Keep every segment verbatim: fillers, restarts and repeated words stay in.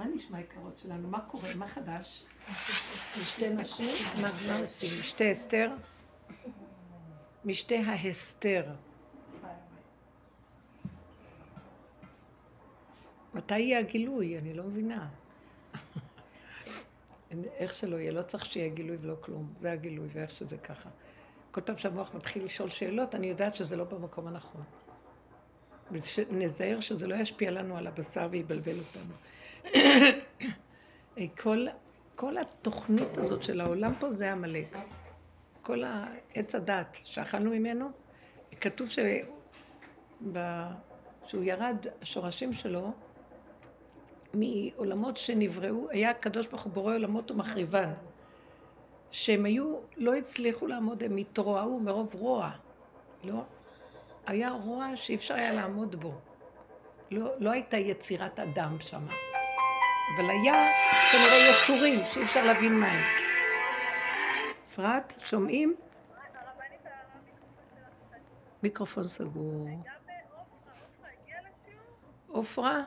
מה נשמע יקרות שלנו? מה קורה? מה חדש? משתה נשים? מה עושים? משתה אסתר? משתה ההסתר. מתי יהיה הגילוי? אני לא מבינה. איך שלא יהיה, לא צריך שיהיה גילוי ולא כלום. זה הגילוי ואיך שזה ככה. כל פעם שהמוח מתחיל לשאול שאלות, אני יודעת שזה לא במקום הנכון. ונזהר שזה לא ישפיע לנו על הבשר ויבלבל אותנו. כל, כל התוכנית הזאת של העולם פה זה המלאק. כל העץ הדת שאכלנו ממנו, כתוב ש... שהוא ירד, השורשים שלו, מעולמות שנבראו, היה הקדוש ברוך הוא בורא עולמות ומחריבן, שהם היו, לא הצליחו לעמוד, הם התרועעו מרוב רוע. לא, היה רוע שאי אפשר היה לעמוד בו. לא, לא הייתה יצירת אדם שם. אבל היה כנראה יצורים שאי אפשר להבין מהם. אפרת, שומעים? מיקרופון סגור. אופרה?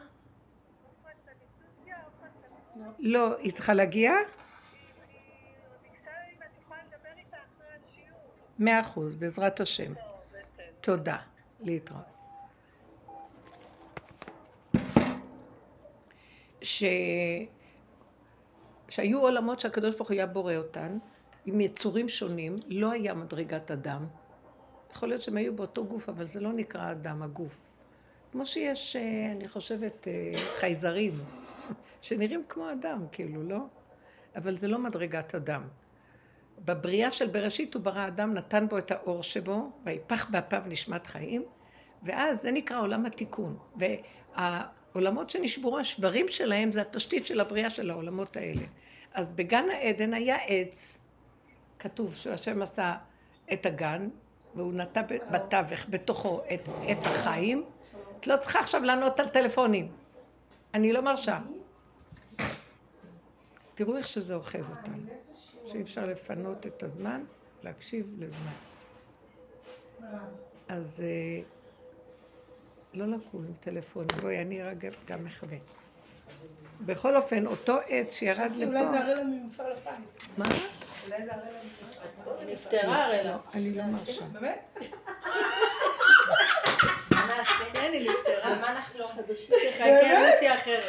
לא, היא צריכה להגיע? מאה אחוז, בעזרת השם. תודה, להתראות. ש... שהיו עולמות שהקדוש ברוך הוא היה בורא אותן, עם יצורים שונים, לא היה מדרגת אדם. יכול להיות שהם היו באותו גוף, אבל זה לא נקרא אדם, הגוף. כמו שיש, אני חושבת, חייזרים, שנראים כמו אדם, כאילו, לא? אבל זה לא מדרגת אדם. בבריאה של בראשית הוא ברא אדם, נתן בו את האור שבו, ויפח באפיו נשמת חיים, ואז זה נקרא עולם התיקון. והעולמות שנשברו, השברים שלהם, זה התשתית של הבריאה של העולמות האלה. אז בגן העדן היה עץ, כתוב שהשם עשה את הגן, והוא נטע בתווך בתוכו את עץ החיים. את לא צריכה עכשיו לענות על טלפונים. אני לא מרשה. תראו איך שזה אוחז אותנו. שאי אפשר לפנות את הזמן, להקשיב לזמן. אז לא לקום עם טלפון. בואי, אני רגע גם מכוון. בכל אופן, אותו עץ שירד לפה... אולי זה הרי לנו מפעל הפיס. מה? אולי זה הרי לנו... היא נפטרה הרי לה. אני לא מרשה. באמת? כן, היא נפטרה. מה אנחנו לא? תחכה על מישהי אחרת.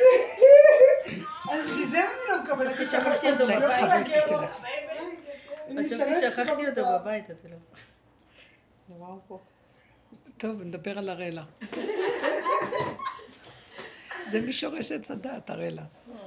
אז בשביל זה אני לא מקבלת. חשבתי שכחתי אותו לא בבית. להגיע לו. חשבתי שכחתי אותו בבית, הטלפון. וואו פה. טוב, נדבר על הרלה. זה משורש עץ הדעת, הרלה.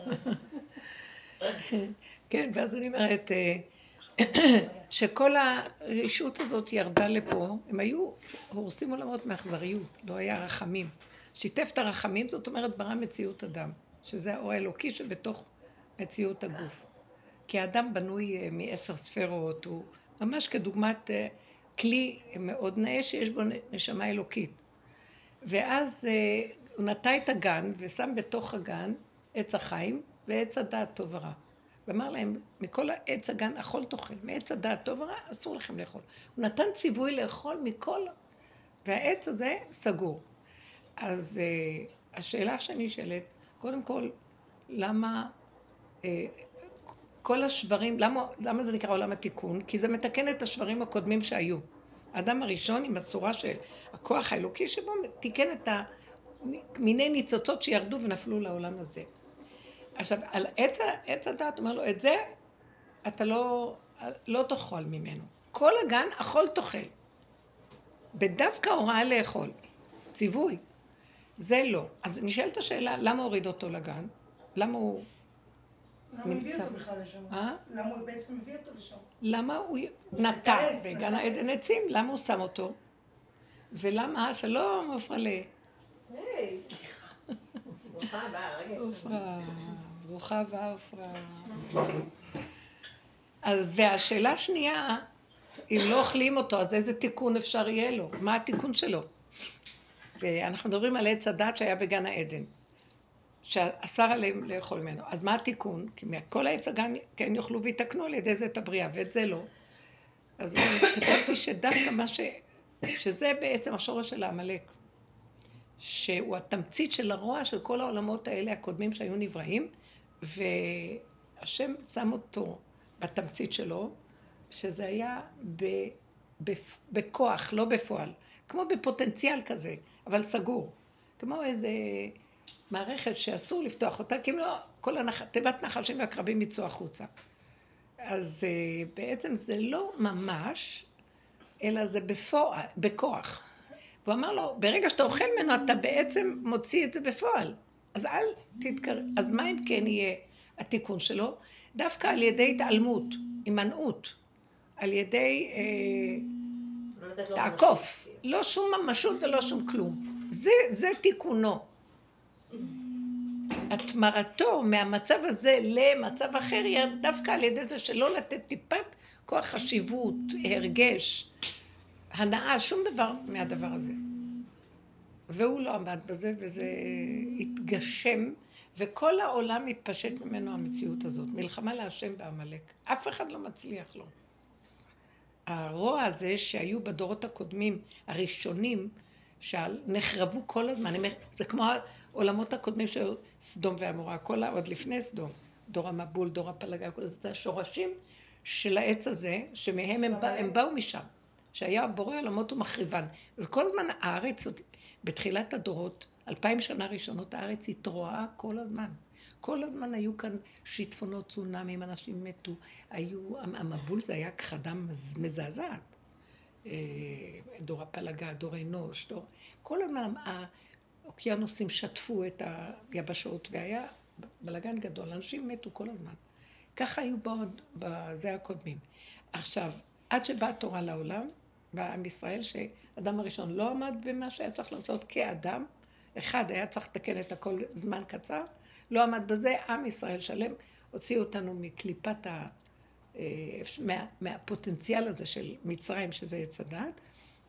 כן, ואז אני אומרת, שכל הרשות הזאת ירדה לפה, הם היו הורסים עולמות מאכזריות, לא היה רחמים. שיתף את הרחמים, זאת אומרת, ברא מציאות אדם, שזה האור האלוקי שבתוך מציאות הגוף. כי האדם בנוי מעשר ספרות, הוא ממש כדוגמת כלי מאוד נאה שיש בו נשמה אלוקית. ואז הוא נטע את הגן ושם בתוך הגן עץ החיים ועץ הדעת טוב ורע. ואמר להם, מכל העץ הגן אכול תאכל, מעץ הדעת טוב ורע אסור לכם לאכול. הוא נתן ציווי לאכול מכל, והעץ הזה סגור. אז uh, השאלה שאני שואלת, קודם כל, למה uh, כל השברים, למה, למה זה נקרא עולם התיקון? כי זה מתקן את השברים הקודמים שהיו. האדם הראשון עם הצורה של הכוח האלוקי שבו תיקן את מיני ניצוצות שירדו ונפלו לעולם הזה. עכשיו, על עץ, עץ הדת, אומר לו, את זה אתה לא, לא תאכל ממנו. כל הגן אכול תאכל. בדווקא הוראה לאכול. ציווי. זה לא. אז נשאלת השאלה, למה הוריד אותו לגן? למה הוא... למה הוא הביא אותו בכלל לשם? אה? למה הוא בעצם הביא אותו לשם? למה הוא נטע בגן העדן עצים? למה הוא שם אותו? ולמה? שלום, עופרה ל... היי, סליחה. ברוכה הבאה, רגע. עופרה, ברוכה הבאה, עופרה. אז והשאלה השנייה, אם לא אוכלים אותו, אז איזה תיקון אפשר יהיה לו? מה התיקון שלו? ואנחנו מדברים על עץ הדת שהיה בגן העדן, שאסר עליהם לאכול ממנו. אז מה התיקון? כי כל העץ הגן כן יאכלו ויתקנו על ידי זה את הבריאה, ואת זה לא. אז כתבתי שדווקא מה ש... שזה בעצם השורש של העמלק. שהוא התמצית של הרוע של כל העולמות האלה הקודמים שהיו נבראים, והשם שם אותו בתמצית שלו, שזה היה ב, ב, בכוח, לא בפועל, כמו בפוטנציאל כזה, אבל סגור. כמו איזה מערכת שאסור לפתוח אותה, כי אם לא, כל הנח... תיבת נחשים והקרבים יצאו החוצה. אז בעצם זה לא ממש, אלא זה בפועל, בכוח. והוא אמר לו, ברגע שאתה אוכל ממנו, אתה בעצם מוציא את זה בפועל. אז אל תתקרב. אז מה אם כן יהיה התיקון שלו? דווקא על ידי התעלמות, הימנעות, על ידי אה, תעקוף. לא שום ממשות ולא שום כלום. זה, זה תיקונו. התמרתו מהמצב הזה למצב אחר יהיה דווקא על ידי זה שלא לתת טיפת כוח חשיבות, הרגש, הנאה, שום דבר מהדבר הזה. והוא לא עמד בזה וזה התגשם, וכל העולם מתפשט ממנו המציאות הזאת. מלחמה להשם בעמלק. אף אחד לא מצליח לו. הרוע הזה שהיו בדורות הקודמים, הראשונים, שנחרבו כל הזמן, זה כמו העולמות הקודמים של סדום ועמורה, כל עוד לפני סדום, דור המבול, דור הפלגה, כל זה, זה השורשים של העץ הזה, שמהם הם, בא, הם באו משם, שהיה בורא עולמות ומחריבן. אז כל הזמן הארץ, בתחילת הדורות, אלפיים שנה ראשונות, הארץ התרועה כל הזמן. כל הזמן היו כאן שיטפונות, צונאמים, אנשים מתו, היו, המבול זה היה כחדה מזעזעת. דור הפלגה, דור אנוש, דור... כל הזמן האוקיינוסים שטפו את היבשות, והיה בלגן גדול, אנשים מתו כל הזמן. ככה היו בעוד, בזה הקודמים. עכשיו, עד שבאה תורה לעולם, בעם ישראל, שאדם הראשון לא עמד במה שהיה צריך לעשות כאדם, אחד היה צריך לתקן את הכל זמן קצר, לא עמד בזה, עם ישראל שלם, הוציאו אותנו מקליפת ה... מה, מהפוטנציאל הזה של מצרים, שזה עץ הדת,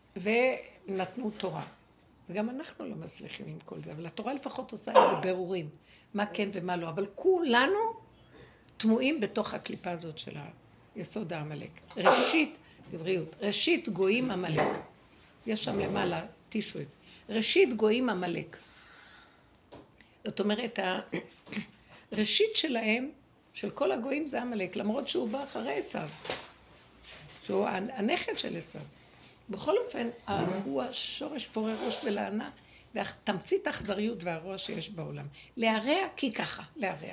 ונתנו תורה. וגם אנחנו לא מצליחים עם כל זה, אבל התורה לפחות עושה איזה ברורים, מה כן ומה לא, אבל כולנו תמוהים בתוך הקליפה הזאת של היסוד העמלק. ראשית, בבריאות, ראשית גויים עמלק. יש שם למעלה טישוי. ראשית גויים עמלק. זאת אומרת, הראשית שלהם, של כל הגויים זה עמלק, למרות שהוא בא אחרי עשיו, שהוא הנכד של עשיו. בכל אופן, הוא השורש פורה ראש ולענה, ותמצית האכזריות והרוע שיש בעולם. להרע כי ככה, להרע.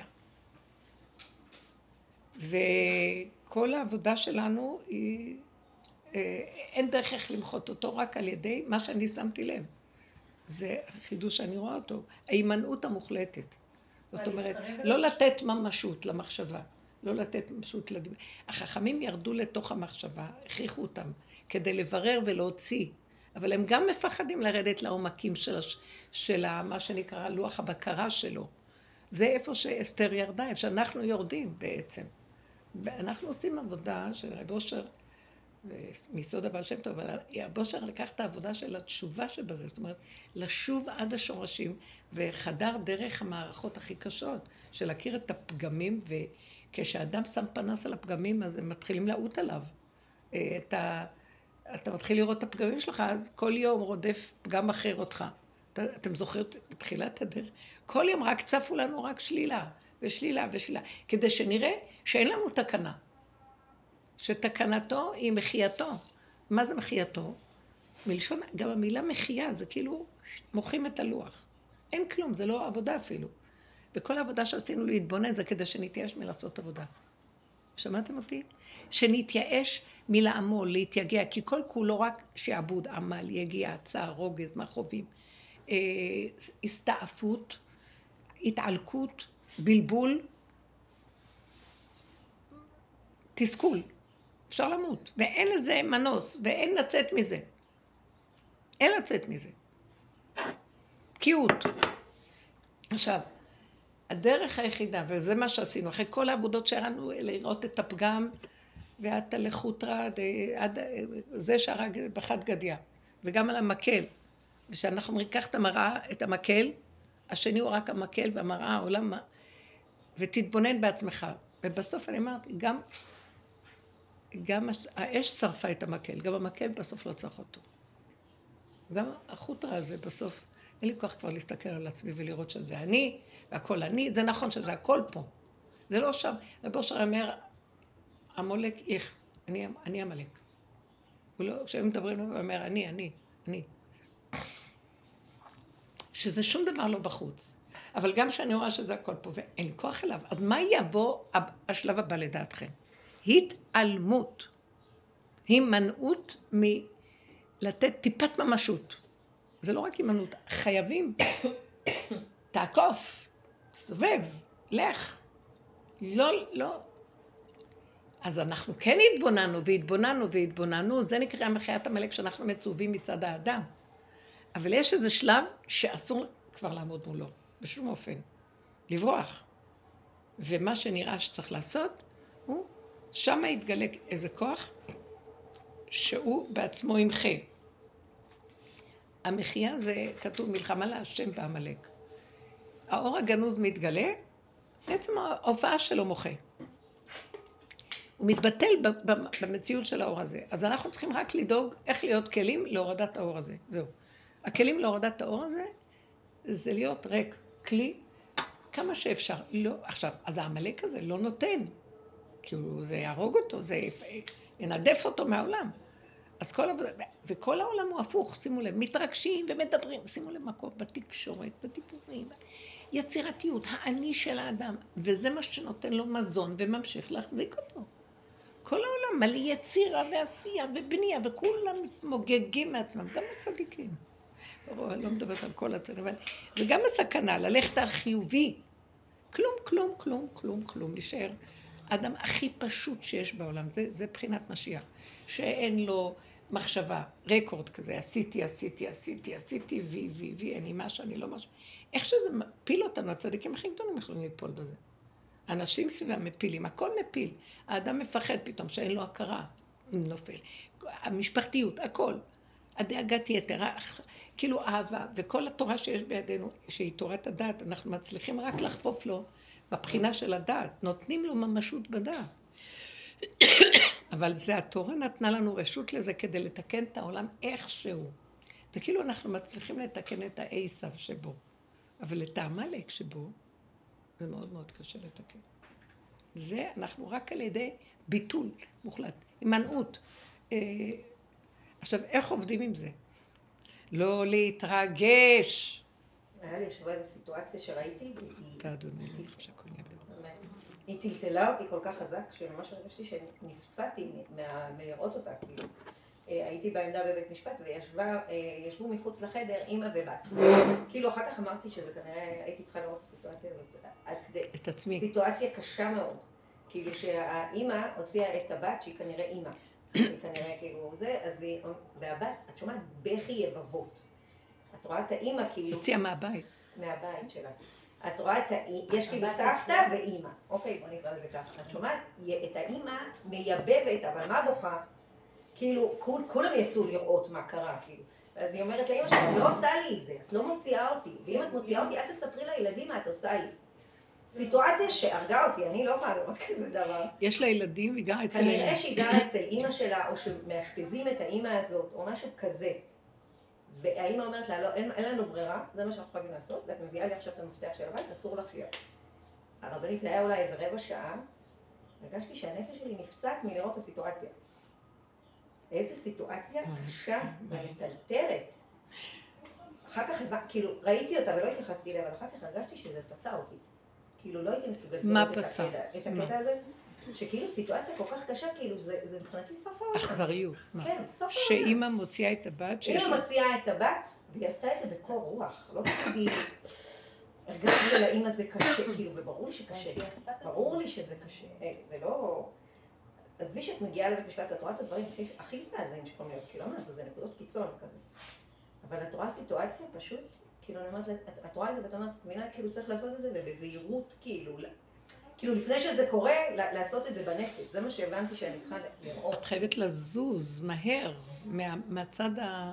וכל העבודה שלנו היא, אין דרך איך למחות אותו רק על ידי מה שאני שמתי לב. זה החידוש שאני רואה אותו, ההימנעות המוחלטת. זאת אומרת, לא לתת ממשות למחשבה, לא לתת ממשות לדבר. החכמים ירדו לתוך המחשבה, הכריחו אותם, כדי לברר ולהוציא, אבל הם גם מפחדים לרדת לעומקים של, של מה שנקרא לוח הבקרה שלו. זה איפה שאסתר ירדה, איפה שאנחנו יורדים בעצם. אנחנו עושים עבודה של רב אושר, מיסוד הבעל שם טוב, אבל רב אושר לקח את העבודה של התשובה שבזה, זאת אומרת, לשוב עד השורשים, וחדר דרך המערכות הכי קשות, של להכיר את הפגמים, וכשאדם שם פנס על הפגמים, אז הם מתחילים לעוט עליו. אתה, אתה מתחיל לראות את הפגמים שלך, אז כל יום רודף פגם אחר אותך. אתה, אתם זוכרים בתחילת הדרך? כל יום רק צפו לנו רק שלילה, ושלילה ושלילה, כדי שנראה שאין לנו תקנה. שתקנתו היא מחייתו. מה זה מחייתו? מלשון, גם המילה מחייה, זה כאילו מוחים את הלוח. אין כלום, זה לא עבודה אפילו. וכל העבודה שעשינו להתבונן זה כדי שנתייאש מלעשות עבודה. שמעתם אותי? שנתייאש מלעמול, להתייגע, כי כל כולו רק שעבוד, עמל, יגיע, צער, רוגז, מחובים, אה, הסתעפות, התעלקות, בלבול, תסכול. אפשר למות, ואין לזה מנוס, ואין לצאת מזה. אין לצאת מזה. תקיעות. עכשיו, הדרך היחידה, וזה מה שעשינו, אחרי כל העבודות שלנו, לראות את הפגם, ועד הלכותרא, עד זה שהרג בחד גדיה, וגם על המקל, ושאנחנו אומרים, קח את המראה, את המקל, השני הוא רק המקל, והמראה, העולם, ותתבונן בעצמך. ובסוף אני אמרתי, גם, גם האש שרפה את המקל, גם המקל בסוף לא צריך אותו. גם החוטרה הזה בסוף אין לי כוח כבר להסתכל על עצמי ולראות שזה אני, והכל אני, זה נכון שזה הכל פה. זה לא שם. רב אושר אומר, המולק איך, אני, אני המלך. לא, כשהם מדברים, הוא אומר, אני, אני, אני. שזה שום דבר לא בחוץ. אבל גם שאני רואה שזה הכל פה, ואין לי כוח אליו, אז מה יבוא השלב הבא לדעתכם? התעלמות. הימנעות מלתת טיפת ממשות. זה לא רק הימנעות, חייבים. תעקוף, סובב, לך. לא, לא. אז אנחנו כן התבוננו והתבוננו והתבוננו, זה נקרא מחיית המלך שאנחנו מצווים מצד האדם. אבל יש איזה שלב שאסור כבר לעמוד מולו, בשום אופן, לברוח. ומה שנראה שצריך לעשות, הוא, שם יתגלה איזה כוח, שהוא בעצמו ימחה. המחייה זה כתוב מלחמה להשם בעמלק. האור הגנוז מתגלה, בעצם ההופעה שלו מוחה. הוא מתבטל במציאות של האור הזה. אז אנחנו צריכים רק לדאוג איך להיות כלים להורדת האור הזה. זהו. הכלים להורדת האור הזה, זה להיות ריק, כלי, כמה שאפשר. לא, עכשיו, אז העמלק הזה לא נותן, כי הוא, זה יהרוג אותו, זה ינדף אותו מהעולם. אז כל עבודה, וכל העולם הוא הפוך, שימו לב, מתרגשים ומדברים, שימו לב מקום בתקשורת, בדיבורים, יצירתיות, האני של האדם, וזה מה שנותן לו מזון וממשיך להחזיק אותו. כל העולם מלא יצירה ועשייה ובנייה, וכולם מתמוגגים מעצמם, גם הצדיקים. לא, לא מדברת על כל הצדיקים, אבל זה גם הסכנה, ללכת על חיובי. כלום, כלום, כלום, כלום, כלום, נשאר האדם הכי פשוט שיש בעולם, זה, זה בחינת משיח, שאין לו מחשבה, רקורד כזה, עשיתי, עשיתי, עשיתי, עשיתי, וי, וי, וי, אני משהו, אני לא משהו. איך שזה מפיל אותנו, הצדיקים הכי גדולים יכולים ליפול בזה. אנשים סביבם מפילים, הכל מפיל. האדם מפחד פתאום שאין לו הכרה, נופל. המשפחתיות, הכל. הדאגת יתר, כאילו אהבה, וכל התורה שיש בידינו, שהיא תורת הדעת, אנחנו מצליחים רק לחפוף לו בבחינה של הדעת, נותנים לו ממשות בדעת. אבל זה התורה נתנה לנו רשות לזה כדי לתקן את העולם איכשהו. זה כאילו אנחנו מצליחים לתקן את העשיו שבו, אבל את העמלק שבו, זה מאוד מאוד קשה לתקן. זה אנחנו רק על ידי ביטול מוחלט, הימנעות. אה, עכשיו, איך עובדים עם זה? לא להתרגש. היה לי ישבה איזו סיטואציה שראיתי, אתה אדוני, אני חושב שהכל יהיה בלב. היא טלטלה אותי כל כך חזק, שממש הרגשתי שנפצעתי מלראות אותה, כאילו. הייתי בעמדה בבית משפט וישבו מחוץ לחדר אמא ובת. כאילו אחר כך אמרתי שזה כנראה, הייתי צריכה לראות את הסיטואציה הזאת עד כדי. את עצמי. סיטואציה קשה מאוד. כאילו שהאמא הוציאה את הבת שהיא כנראה אמא. היא כנראה כאילו זה, אז היא, והבת, את שומעת בכי יבבות. את רואה את האמא כאילו... הוציאה מהבית. מהבית שלה. את רואה את האמא, יש כאילו סבתא ואמא. אוקיי, בוא נקרא לזה ככה. את שומעת את האמא מייבבת, אבל מה בוכה? כאילו, כול, כולם יצאו לראות מה קרה, כאילו. אז היא אומרת לאמא שלה, את לא עושה לי את זה, את לא מוציאה אותי. ואם את מוציאה אותי, אל תספרי לילדים מה את עושה לי. סיטואציה שהרגה אותי, אני לא יכולה לראות כזה דבר. יש לה ילדים, היא גרה אצל... כנראה שהיא גרה אצל אמא שלה, או שמאשפזים את האמא הזאת, או משהו כזה. והאמא אומרת לה, לא, אין, אין לנו ברירה, זה מה שאנחנו חייבים לעשות, ואת מביאה לי עכשיו את המפתח של הבית, אסור לך שיהיה. הרבנית היה אולי איזה רבע שעה, הרגשתי שהנפש שלי נפצעת מלראות את הסיטואציה. איזה סיטואציה קשה ומטלטלת. אחר כך, כאילו, ראיתי אותה ולא התייחסתי אליה, אבל אחר כך הרגשתי שזה פצע אותי. כאילו, לא הייתי מסוגלת לראות את הקטע הזה, שכאילו סיטואציה כל כך קשה, כאילו, זה מבחינתי סוף העולם. אכזריות. כן, סוף העולם. שאמא מוציאה את הבת שיש לה... אמא מוציאה את הבת, והיא עשתה את זה בקור רוח. לא תגידי, הרגשתי שלאמא זה קשה, כאילו, וברור לי שקשה. ברור לי שזה קשה. זה לא... עזבי שאת מגיעה לבית משפט, את רואה את הדברים הכי מזעזעים שיכולים להיות, כאילו, מה, זה נקודות קיצון כזה. אבל את רואה סיטואציה פשוט, כאילו, אני אומרת, את רואה את זה ואת אומרת, מבינה, כאילו צריך לעשות את זה ובזהירות, כאילו, כאילו לפני שזה קורה, לעשות את זה בנפש. זה מה שהבנתי שאני צריכה לראות. את חייבת לזוז מהר מהצד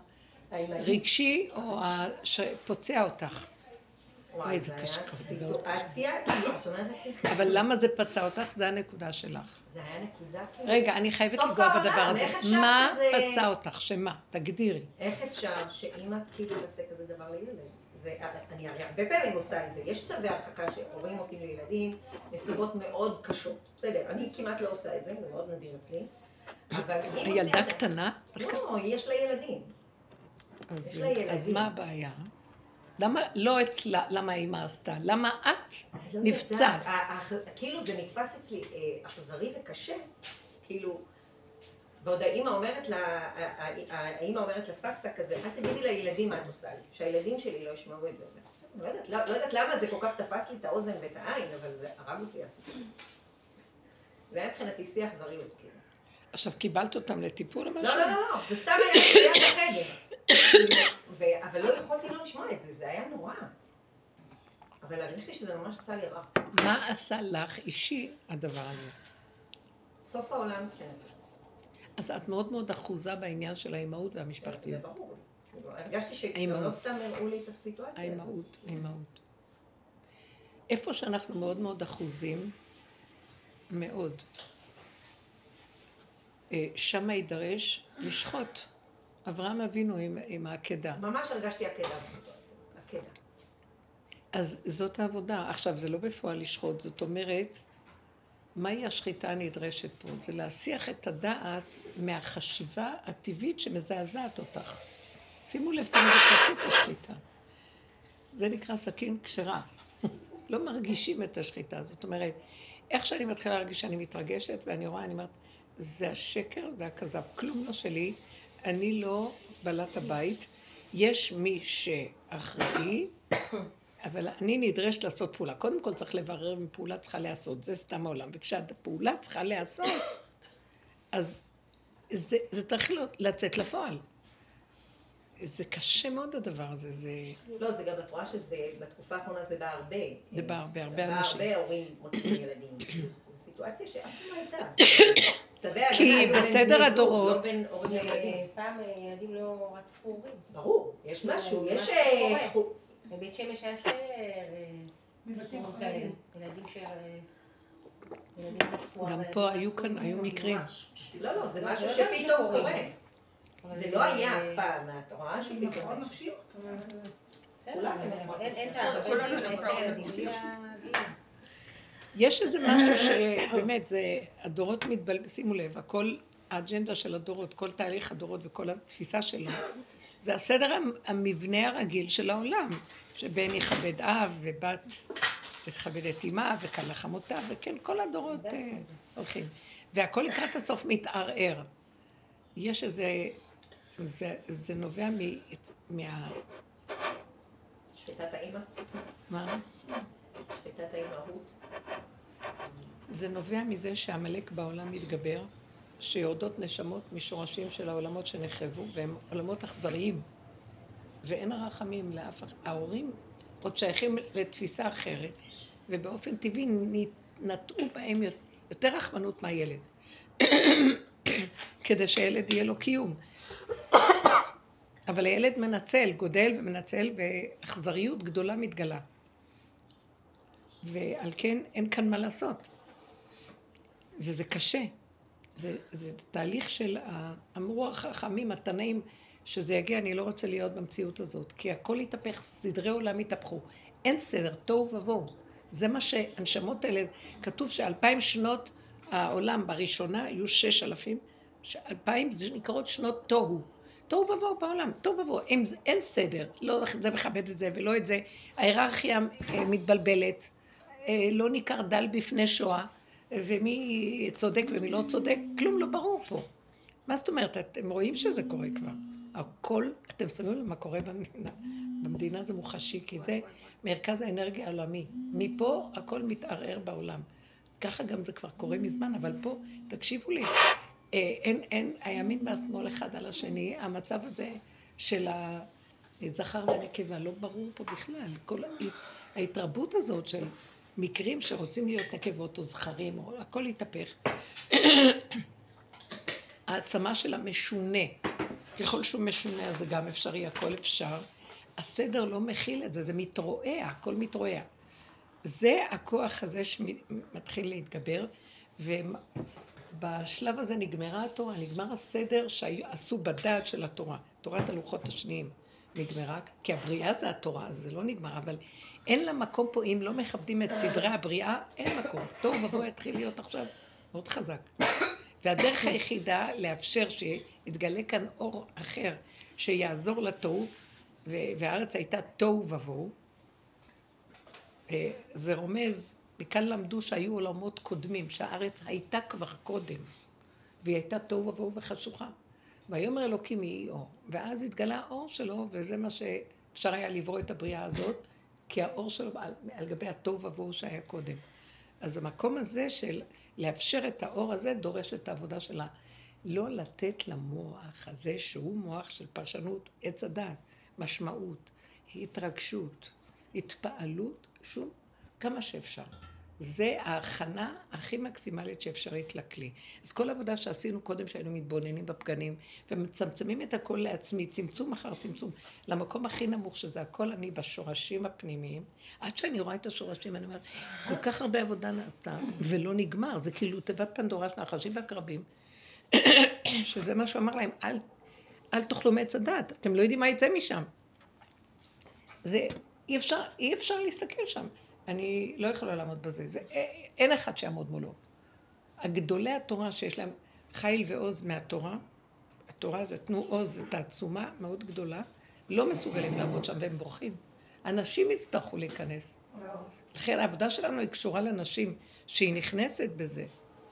הרגשי או שפוצע אותך. וואי, זה היה סיטואציה, כאילו, את אומרת לך... אבל למה זה פצע אותך? זה הנקודה שלך. זה היה נקודה כאילו... רגע, אני חייבת לגוע בדבר הזה. מה פצע אותך? שמה? תגדירי. איך אפשר שאמא כאילו תעשה כזה דבר לילד? זה, אני הרי הרבה פעמים עושה את זה. יש צווי הרחקה שהורים עושים לילדים, נסיבות מאוד קשות. בסדר, אני כמעט לא עושה את זה, זה מאוד נדיר אצלי. אבל אם עושים... הילדה קטנה? לא, יש לה ילדים. אז, יש לה ילדים. אז מה הבעיה? למה לא אצלה, למה האמא עשתה? למה את לא נפצעת? יודעת, ה- ה- כאילו זה נתפס אצלי אה, אכזרי וקשה, כאילו, ועוד האמא אומרת לה, ה- ה- האמא אומרת לסבתא כזה, אל תגידי לילדים מה את עושה לי, שהילדים שלי לא ישמעו את זה. לא יודעת, לא, לא יודעת למה זה כל כך תפס לי את האוזן ואת העין, אבל זה הרג אותי. זה היה מבחינתי שיא אכזריות, כאילו. עכשיו קיבלת אותם לטיפול או משהו? לא, לא, לא, לא, זה סתם היה שנייה בחדר. ו- אבל לא יכולתי לא לשמוע את זה, זה היה נורא. אבל הרגשתי שזה ממש עשה לי רע. מה עשה לך אישי הדבר הזה? סוף העולם מבחינתי. אז את מאוד מאוד אחוזה בעניין של האימהות והמשפחתיות. זה ברור. כאילו, הרגשתי שגם האימהות. לא סתם הראו לי את הסיטואציה. הזאת. האימהות, האימהות. איפה שאנחנו מאוד מאוד אחוזים, מאוד, אה, שם יידרש לשחוט. אברהם אבינו עם, עם העקדה. ממש הרגשתי עקדה בסיטואציה. עקדה. אז זאת העבודה. עכשיו, זה לא בפועל לשחוט, זאת אומרת, מהי השחיטה הנדרשת פה? זה להסיח את הדעת מהחשיבה הטבעית שמזעזעת אותך. שימו לב כמה זה פשוט השחיטה. זה נקרא סכין כשרה. לא מרגישים את השחיטה. זאת אומרת, איך שאני מתחילה להרגיש שאני מתרגשת, ואני רואה, אני אומרת, זה השקר והכזב. כלום לא שלי, אני לא בעלת הבית. יש מי שאחראי, אבל אני נדרשת לעשות פעולה. קודם כל צריך לברר אם פעולה צריכה לעשות, זה סתם העולם. וכשהפעולה צריכה לעשות, אז זה, זה צריך לצאת לפועל. זה קשה מאוד הדבר הזה, זה... לא, זה גם את רואה שזה, בתקופה האחרונה זה בא הרבה. זה בא הרבה, הרבה בא אנשים. הרבה הורים מוצאים ילדים. זו סיטואציה שאף פעם לא הייתה. צווי כי הגנה היו בין בסדר בני זוג, הדורות- לא בין הורים לילדים. פעם ילדים לא רצחו הורים. ברור, יש משהו, יש... משהו אה, קורה. בבית שמש היה שתי מבתים סיפורים חרדים. כאלה. ילדים ש... ילדים רצחו, גם אבל- פה היו כאן, היו מקרים. לא, לא, זה לא, משהו זה לא שפתאום שקורה. קורה. אבל זה לא היה אף פעם, את רואה הפרעות שפתאום... נפשיות. בסדר, כולם אבל הם אין- אין את כולם ה... הם אין הפרעות ילדים נפשיות. בלי ה... יש איזה משהו שבאמת, זה, הדורות מתבלבלים, שימו לב, הכל, האג'נדה של הדורות, כל תהליך הדורות וכל התפיסה שלו, זה הסדר המבנה הרגיל של העולם, שבן יכבד אב ובת תכבד את אמה וקלה חמותה, וכן, כל הדורות אה, הולכים. והכל לקראת הסוף מתערער. יש איזה, זה, זה נובע מ, מה... שחיטת האמא, מה? שחיטת האמהות. זה נובע מזה שהעמלק בעולם מתגבר, שיורדות נשמות משורשים של העולמות שנחרבו, והם עולמות אכזריים, ואין הרחמים לאף אחד. ההורים עוד שייכים לתפיסה אחרת, ובאופן טבעי נטעו בהם יותר רחמנות מהילד, כדי שהילד יהיה לו קיום. אבל הילד מנצל, גודל ומנצל, ואכזריות גדולה מתגלה. ועל כן אין כאן מה לעשות. וזה קשה. זה, זה תהליך של, אמרו החכמים, התנאים, שזה יגיע, אני לא רוצה להיות במציאות הזאת, כי הכל יתהפך, סדרי עולם יתהפכו. אין סדר, תוהו ובוהו. זה מה שהנשמות האלה, כתוב שאלפיים שנות העולם בראשונה היו שש אלפים, שאלפיים זה נקראות שנות תוהו. תוהו ובוהו בעולם, תוהו ובוהו. אין, אין סדר, לא זה מכבד את זה ולא את זה. ההיררכיה מתבלבלת, לא ניכר דל בפני שואה, ומי צודק ומי לא צודק, כלום לא ברור פה. מה זאת אומרת? אתם רואים שזה קורה כבר. הכל, אתם שמים לב מה קורה במדינה. במדינה זה מוחשי, כי זה מרכז האנרגיה העולמי. מפה הכל מתערער בעולם. ככה גם זה כבר קורה מזמן, אבל פה, תקשיבו לי, אין, אין, הימין והשמאל אחד על השני, המצב הזה של הזכר והנקבה לא ברור פה בכלל. כל ההתרבות הזאת של מקרים שרוצים להיות נקבות או זכרים, הכל יתהפך. העצמה של המשונה, ככל שהוא משונה אז זה גם אפשרי, הכל אפשר. הסדר לא מכיל את זה, זה מתרועע, הכל מתרועע. זה הכוח הזה שמתחיל להתגבר, ובשלב הזה נגמרה התורה, נגמר הסדר שעשו בדעת של התורה, תורת הלוחות השניים. נגמרה, כי הבריאה זה התורה, אז זה לא נגמר, אבל אין לה מקום פה, אם לא מכבדים את סדרי הבריאה, אין מקום. טוב ובוא יתחיל להיות עכשיו מאוד חזק. והדרך היחידה לאפשר שיתגלה כאן אור אחר, שיעזור לתוהו, והארץ הייתה תוהו ובוהו, זה רומז, מכאן למדו שהיו עולמות קודמים, שהארץ הייתה כבר קודם, והיא הייתה תוהו ובוהו וחשוכה. ויאמר אלוקים יהי אור, ואז התגלה האור שלו, וזה מה שאפשר היה לברוא את הבריאה הזאת, כי האור שלו על, על גבי התוהו ובוהו שהיה קודם. אז המקום הזה של לאפשר את האור הזה, דורש את העבודה שלה. לא לתת למוח הזה, שהוא מוח של פרשנות, עץ הדעת, משמעות, התרגשות, התפעלות, שום, כמה שאפשר. זה ההכנה הכי מקסימלית שאפשרית לכלי. אז כל עבודה שעשינו קודם, שהיינו מתבוננים בפגנים, ומצמצמים את הכל לעצמי, צמצום אחר צמצום, למקום הכי נמוך, שזה הכל אני בשורשים הפנימיים, עד שאני רואה את השורשים, אני אומרת, כל כך הרבה עבודה נעשתה, ולא נגמר, זה כאילו תיבת פנדורה של נחשים והקרבים, שזה מה שהוא אמר להם, אל, אל תאכלו מעץ הדעת, אתם לא יודעים מה יצא משם. זה, אי אפשר, אי אפשר להסתכל שם. אני לא יכולה לעמוד בזה, זה, אין אחד שיעמוד מולו. הגדולי התורה שיש להם חיל ועוז מהתורה, התורה הזאת, תנו עוז, זו תעצומה מאוד גדולה, לא מסוגלים לעבוד שם והם בורחים. אנשים יצטרכו להיכנס. לכן העבודה שלנו היא קשורה לנשים שהיא נכנסת בזה,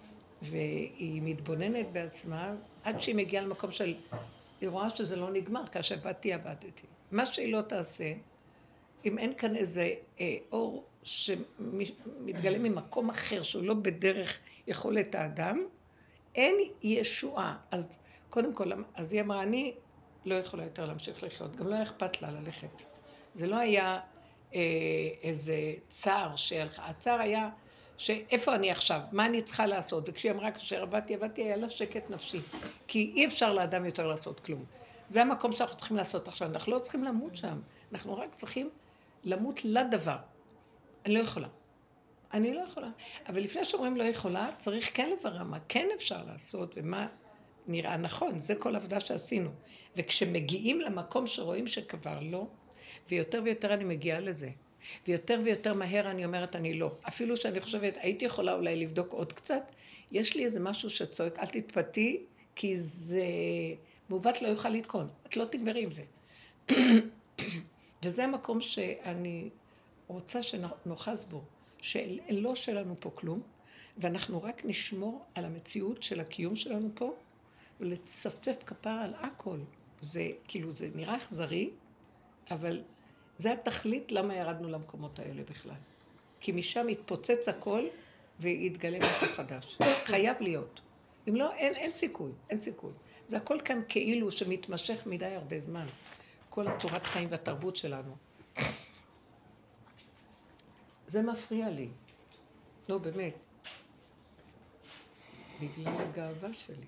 והיא מתבוננת בעצמה, עד שהיא מגיעה למקום של, היא רואה שזה לא נגמר, כאשר באתי עבדתי. מה שהיא לא תעשה, אם אין כאן איזה אה, אור שמתגלה ממקום אחר, שהוא לא בדרך יכולת האדם, אין ישועה. אז קודם כל, אז היא אמרה, אני לא יכולה יותר להמשיך לחיות, גם לא אכפת לה ללכת. זה לא היה אה, איזה צער שהלכה, הצער היה שאיפה אני עכשיו, מה אני צריכה לעשות, וכשהיא אמרה, כאשר עבדתי, עבדתי, היה לה שקט נפשי, כי אי אפשר לאדם יותר לעשות כלום. זה המקום שאנחנו צריכים לעשות עכשיו, אנחנו לא צריכים למות שם, אנחנו רק צריכים למות לדבר. אני לא יכולה. אני לא יכולה. אבל לפני שאומרים לא יכולה, צריך כן לברר מה כן אפשר לעשות ומה נראה נכון. זה כל עבודה שעשינו. וכשמגיעים למקום שרואים שכבר לא, ויותר ויותר אני מגיעה לזה. ויותר ויותר מהר אני אומרת אני לא. אפילו שאני חושבת, הייתי יכולה אולי לבדוק עוד קצת, יש לי איזה משהו שצועק, אל תתפתי, כי זה מעוות לא יוכל לתקון. את לא תגברי עם זה. וזה המקום שאני רוצה שנוחז בו, שלא שלנו פה כלום, ואנחנו רק נשמור על המציאות של הקיום שלנו פה, ולצפצף כפרה על הכל. זה כאילו, זה נראה אכזרי, אבל זה התכלית למה ירדנו למקומות האלה בכלל. כי משם יתפוצץ הכל ויתגלה משהו חדש. חייב להיות. אם לא, אין, אין סיכוי, אין סיכוי. זה הכל כאן כאילו שמתמשך מדי הרבה זמן. כל התורת חיים והתרבות שלנו. זה מפריע לי. לא, באמת. בגלל הגאווה שלי.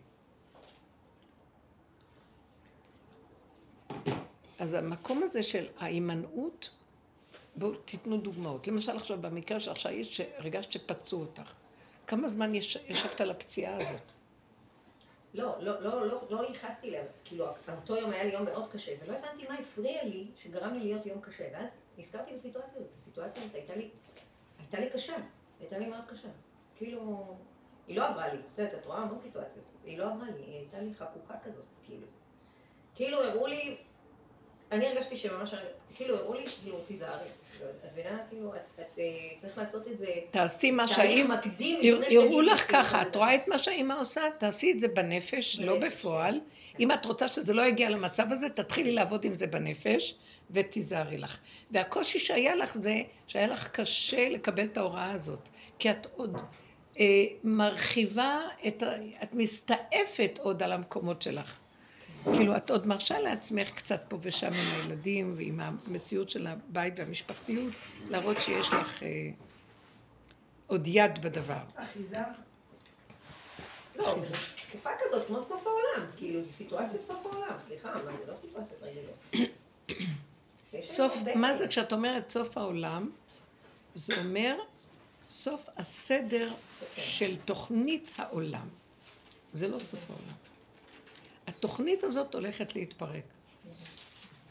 אז המקום הזה של ההימנעות, בואו תיתנו דוגמאות. למשל עכשיו במקרה שעכשיו יש שהרגשת שפצעו אותך. כמה זמן יש, ישבת על הפציעה הזאת? לא, לא, לא, לא, לא ייחסתי לב. כאילו, אותו יום היה לי יום מאוד קשה, ולא הבנתי מה הפריע לי שגרם לי להיות יום קשה. ואז נזכרתי בסיטואציה הזאת. הסיטואציה הזאת הייתה לי, הייתה לי קשה. הייתה לי מאוד קשה. כאילו, היא לא עברה לי. את יודעת, את רואה המון סיטואציות. היא לא עברה לי, היא הייתה לי חקוקה כזאת, כאילו. כאילו, הראו לי, אני הרגשתי שממש, כאילו, הראו לי, כאילו, תיזהרי. את מבינה, כאילו, את צריך לעשות את זה... תעשי מה שהאמא... הראו לך ככה, את רואה את מה שהאמא עושה? תעשי את זה בנפש, לא בפועל. אם את רוצה שזה לא יגיע למצב הזה, תתחילי לעבוד עם זה בנפש, ותיזהרי לך. והקושי שהיה לך זה, שהיה לך קשה לקבל את ההוראה הזאת. כי את עוד מרחיבה, את מסתעפת עוד על המקומות שלך. כאילו, את עוד מרשה לעצמך קצת פה ושם עם הילדים ועם המציאות של הבית והמשפחתיות, להראות שיש לך אה, עוד יד בדבר. אחיזה? לא, זו תקופה כזאת כמו סוף העולם, כאילו, זו סיטואציות סוף העולם, סליחה, אבל זה לא סיטואציות רגילות. סוף, מה זה כשאת אומרת סוף העולם? זה אומר סוף הסדר של תוכנית העולם. זה לא סוף העולם. התוכנית הזאת הולכת להתפרק.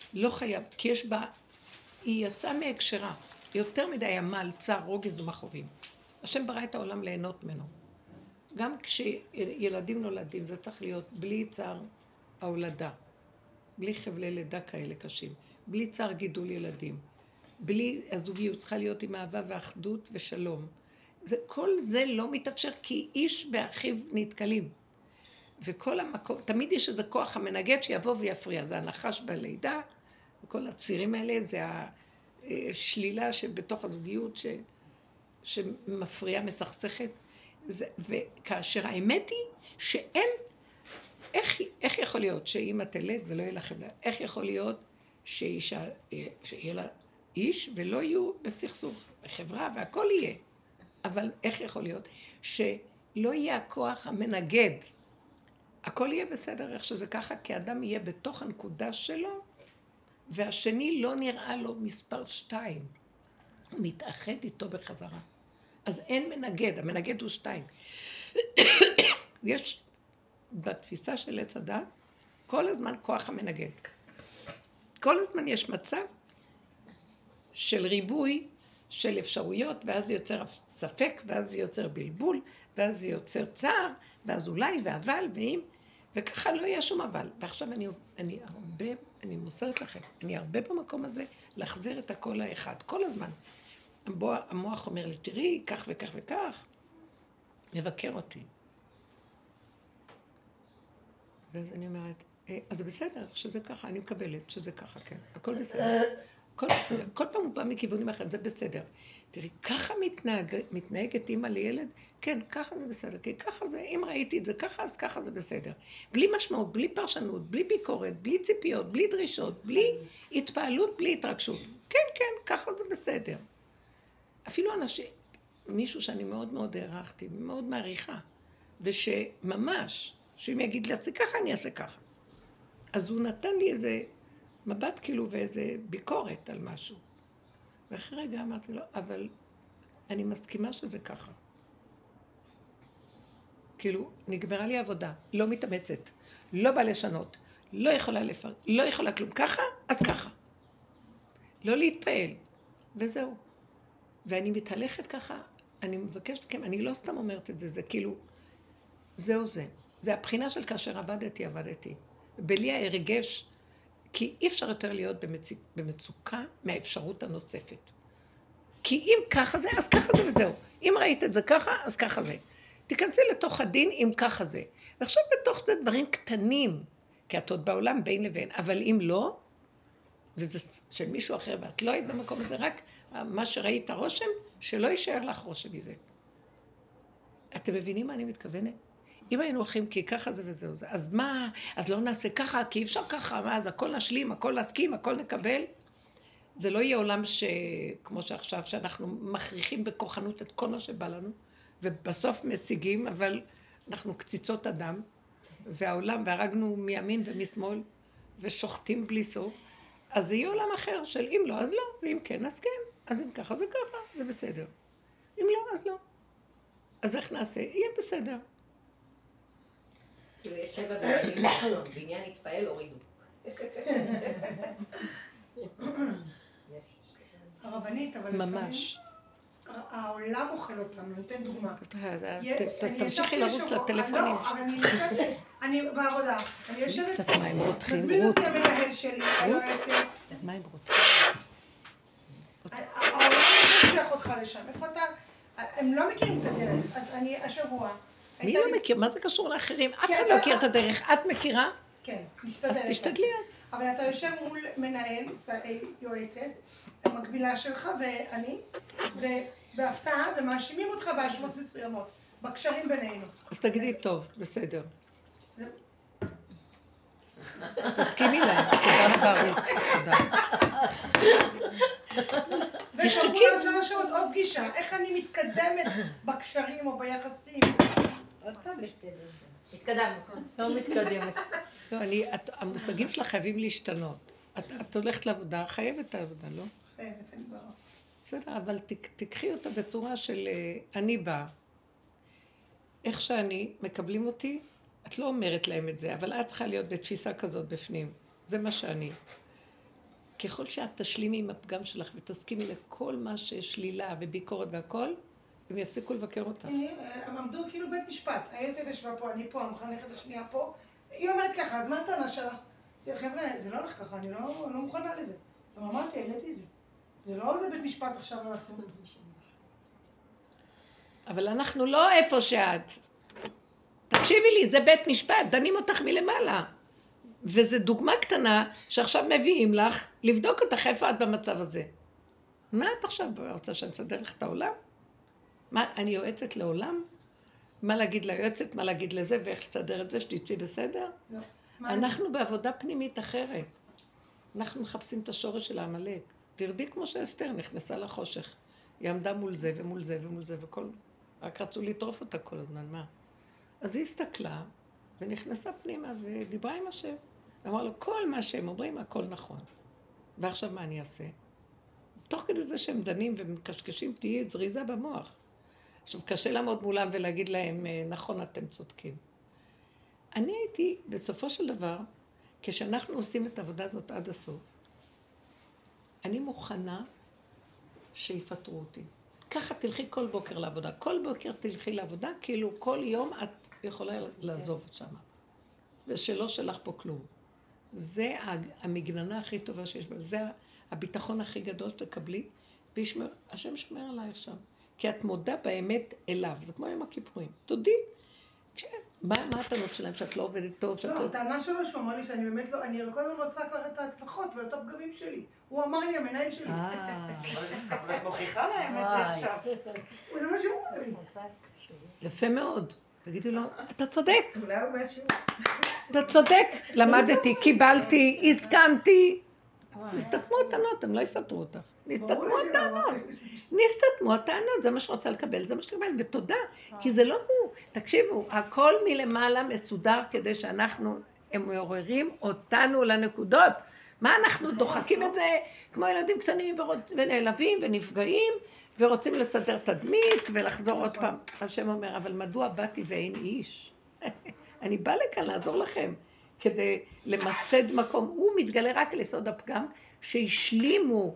לא חייב, כי יש בה, היא יצאה מהקשרה, יותר מדי עמל, צער, רוגז ומכאובים. השם ברא את העולם ליהנות ממנו. גם כשילדים נולדים, זה צריך להיות בלי צער ההולדה, בלי חבלי לידה כאלה קשים, בלי צער גידול ילדים, בלי הזוגיות, צריכה להיות עם אהבה ואחדות ושלום. זה, כל זה לא מתאפשר כי איש באחיו נתקלים. וכל המקום, תמיד יש איזה כוח המנגד שיבוא ויפריע, זה הנחש בלידה, וכל הצירים האלה זה השלילה שבתוך הזוגיות ש, שמפריעה, מסכסכת. זה, וכאשר האמת היא שאין, איך, איך יכול להיות שאמא תלד ולא יהיה לכם, איך יכול להיות שאישה, שיהיה לה איש ולא יהיו בסכסוך, בחברה והכל יהיה. אבל איך יכול להיות שלא יהיה הכוח המנגד, הכל יהיה בסדר איך שזה ככה, כי אדם יהיה בתוך הנקודה שלו, והשני לא נראה לו מספר שתיים, הוא מתאחד איתו בחזרה. אז אין מנגד, המנגד הוא שתיים. יש בתפיסה של עץ הדת, כל הזמן כוח המנגד. כל הזמן יש מצב של ריבוי של אפשרויות, ואז זה יוצר ספק, ואז זה יוצר בלבול, ואז זה יוצר צער, ואז אולי ואבל ואם, וככה לא יהיה שום אבל. ועכשיו אני, אני הרבה, אני מוסרת לכם, אני הרבה במקום הזה להחזיר את הכל האחד, כל הזמן. המוח אומר לי, תראי, כך וכך וכך, מבקר אותי. ואז אני אומרת, אז זה בסדר, שזה ככה, אני מקבלת, שזה ככה, כן, הכל בסדר. הכל בסדר. כל פעם הוא בא מכיוונים אחרים, זה בסדר. תראי, ככה מתנהג, מתנהגת אימא לילד? כן, ככה זה בסדר. כי ככה זה, אם ראיתי את זה ככה, אז ככה זה בסדר. בלי משמעות, בלי פרשנות, בלי ביקורת, בלי ציפיות, בלי דרישות, בלי התפעלות, בלי התרגשות. כן, כן, ככה זה בסדר. אפילו אנשים, מישהו שאני מאוד מאוד הערכתי, מאוד מעריכה, ושממש, שאם יגיד לי, עשי ככה, אני אעשה ככה. אז הוא נתן לי איזה מבט כאילו ואיזה ביקורת על משהו. ואחרי רגע אמרתי לו, אבל אני מסכימה שזה ככה. כאילו, נגמרה לי עבודה, לא מתאמצת, לא בא לשנות, לא יכולה לפר... לא יכולה כלום. ככה, אז ככה. לא להתפעל. וזהו. ואני מתהלכת ככה, אני מבקשת מכם, אני לא סתם אומרת את זה, זה כאילו, זהו זה. זה הבחינה של כאשר עבדתי, עבדתי. בלי ההרגש, כי אי אפשר יותר להיות במצ... במצוקה מהאפשרות הנוספת. כי אם ככה זה, אז ככה זה וזהו. אם ראית את זה ככה, אז ככה זה. תיכנסי לתוך הדין אם ככה זה. ועכשיו בתוך זה דברים קטנים, כי את עוד בעולם בין לבין, אבל אם לא, וזה של מישהו אחר, ואת לא היית במקום הזה, רק מה שראית הרושם, שלא יישאר לך רושם מזה. אתם מבינים מה אני מתכוונת? אם היינו הולכים כי ככה זה וזהו זה, אז מה, אז לא נעשה ככה, כי אי אפשר ככה, מה, אז הכל נשלים, הכל נסכים, הכל נקבל. זה לא יהיה עולם שכמו שעכשיו, שאנחנו מכריחים בכוחנות את כל מה שבא לנו, ובסוף משיגים, אבל אנחנו קציצות אדם, והעולם, והרגנו מימין ומשמאל, ושוחטים בלי סוף, אז זה יהיה עולם אחר של אם לא, אז לא, ואם כן, אז כן, אז אם ככה, זה ככה, זה בסדר. אם לא, אז לא. אז איך נעשה? יהיה בסדר. כאילו יש שבע בעלים לחלום, בעניין התפעל הורידו. הרבנית, אבל ממש. העולם אוכל אותם, נותן דוגמה. תמשיכי לרוץ לטלפונים. לא, אבל אני יוצאת, אני בעבודה. אני יושבת, קצת מים רותחים, מזמין רות. אותי המנהל שלי, היועצת. מים רותחים. העולם ישלח אותך לשם, איפה אתה? הם לא מכירים את הדרך, אז אני השבוע. מי לא מכיר? מה זה קשור לאחרים? אף אחד לא מכיר את הדרך. את מכירה? כן, משתדלת. אז תשתדלי. אבל אתה יושב מול מנהל, יועצת, המקבילה שלך ואני, ובהפתעה, ומאשימים אותך בהאשמות מסוימות, בקשרים בינינו. אז תגידי, טוב, בסדר. תסכימי להם. תודה רבה, רות. תודה. תשתקי. וכמובן שלוש שעות עוד פגישה, איך אני מתקדמת בקשרים או ביחסים. עוד פעם מתקדמת. התקדמנו. לא מתקדמת. לא, אני, את, המושגים שלך חייבים להשתנות. את, את הולכת לעבודה, חייבת את העבודה, לא? חייבת, אני באה. בסדר, אבל תק, תקחי אותה בצורה של אני באה. איך שאני, מקבלים אותי, את לא אומרת להם את זה, אבל את צריכה להיות בתפיסה כזאת בפנים. זה מה שאני. ככל שאת תשלימי עם הפגם שלך ותסכימי לכל מה ששלילה וביקורת והכל, הם יפסיקו לבקר אותך. הם עמדו כאילו בית משפט, היועצת ישבה פה, אני פה, המחנכת השנייה פה, היא אומרת ככה, אז מה הטענה שלה? חבר'ה, זה לא הולך ככה, אני לא מוכנה לזה. אמרתי, העליתי את זה. זה לא איזה בית משפט עכשיו אנחנו. אבל אנחנו לא איפה שאת. תקשיבי לי, זה בית משפט, דנים אותך מלמעלה. וזו דוגמה קטנה שעכשיו מביאים לך לבדוק אותך איפה את במצב הזה. מה את עכשיו רוצה שאני אסדר לך את העולם? מה, אני יועצת לעולם? מה להגיד ליועצת, מה להגיד לזה ואיך לסדר את זה, שתצאי בסדר? לא. אנחנו בעבודה פנימית אחרת. אנחנו מחפשים את השורש של העמלק. תרדי כמו שאסתר נכנסה לחושך. היא עמדה מול זה ומול זה ומול זה וכל... רק רצו לטרוף אותה כל הזמן, מה? אז היא הסתכלה ונכנסה פנימה ודיברה עם השם. אמרה לו, כל מה שהם אומרים, הכל נכון. ועכשיו מה אני אעשה? תוך כדי זה שהם דנים ומקשקשים, תהיה זריזה במוח. עכשיו, קשה לעמוד מולם ולהגיד להם, נכון, אתם צודקים. אני הייתי, בסופו של דבר, כשאנחנו עושים את העבודה הזאת עד הסוף, אני מוכנה שיפטרו אותי. ככה תלכי כל בוקר לעבודה. כל בוקר תלכי לעבודה, כאילו כל יום את יכולה לעזוב שם. ושלא שלך פה כלום. זה המגננה הכי טובה שיש בה. זה הביטחון הכי גדול שתקבלי, והשם שומר עלייך שם. כי את מודה באמת אליו. זה כמו יום הכיפורים. תודי. מה הטענות שלהם שאת לא עובדת טוב? לא, הטענה שלו שהוא אמר לי שאני באמת לא, אני כל הזמן רוצה לקחת את ההצלחות ואת הפגמים שלי. הוא אמר לי, המנהל שלי. אבל את מוכיחה להם את זה עכשיו. זה מה שהוא אמר לי. יפה מאוד. תגידי לו, אתה צודק. אולי הוא מאפשר. אתה צודק. למדתי, קיבלתי, הסכמתי. נסתתמו הטענות, הם לא יפטרו אותך. נסתתמו הטענות. נסתתמו הטענות, זה מה שרוצה לקבל, זה מה שתקבל, ותודה. כי זה לא הוא. תקשיבו, הכל מלמעלה מסודר כדי שאנחנו, הם מעוררים אותנו לנקודות. מה אנחנו דוחקים את זה כמו ילדים קטנים ונעלבים ונפגעים, ורוצים לסדר תדמית ולחזור עוד פעם. השם אומר, אבל מדוע באתי ואין איש? אני בא לכאן לעזור לכם. כדי למסד מקום, הוא מתגלה רק על יסוד הפגם, שהשלימו,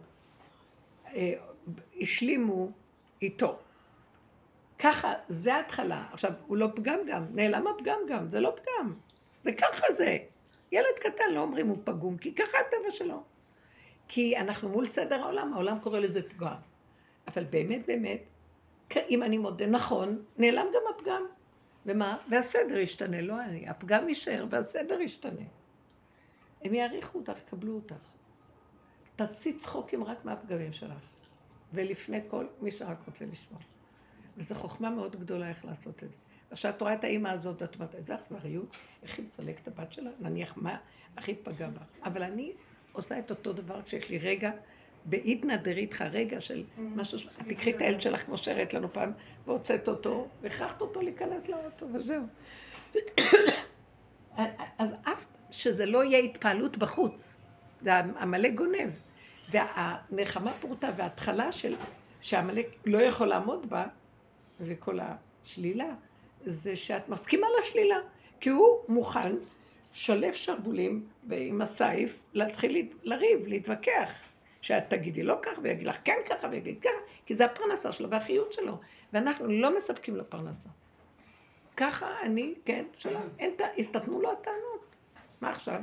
השלימו איתו. ככה, זה ההתחלה. עכשיו, הוא לא פגם גם, נעלם הפגם גם, זה לא פגם. זה ככה זה. ילד קטן לא אומרים הוא פגום, כי ככה הטבע שלו. כי אנחנו מול סדר העולם, העולם קורא לזה פגם. אבל באמת, באמת, אם אני מודה נכון, נעלם גם הפגם. ומה? והסדר ישתנה, לא אני. הפגם יישאר והסדר ישתנה. הם יעריכו אותך, קבלו אותך. תעשי צחוקים רק מהפגמים שלך. ולפני כל מי שרק רוצה לשמוע. וזו חוכמה מאוד גדולה איך לעשות את זה. עכשיו את רואה את האמא הזאת, ואת אומרת, איזה אכזריות, איך היא מסלק את הבת שלה? נניח מה הכי פגע בך. אבל אני עושה את אותו דבר כשיש לי רגע, בעידנא דריתחא, רגע של משהו, את תקחי את הילד שלך כמו שהראית לנו פעם, והוצאת אותו, והכרחת אותו להיכנס לאוטו, וזהו. אז אף שזה לא יהיה התפעלות בחוץ, זה המלא גונב, והנחמה פרוטה וההתחלה של שהמלא לא יכול לעמוד בה, וכל השלילה, זה שאת מסכימה לשלילה, כי הוא מוכן שלף שרוולים עם הסייף, להתחיל לריב, להתווכח. שאת תגידי לא כך ויגיד לך כן ככה ויגיד ככה, כי זה הפרנסה שלו והחיות שלו, ואנחנו לא מספקים לו פרנסה. ככה אני, כן, שלא, אין, הסתתמו לו הטענות. מה עכשיו?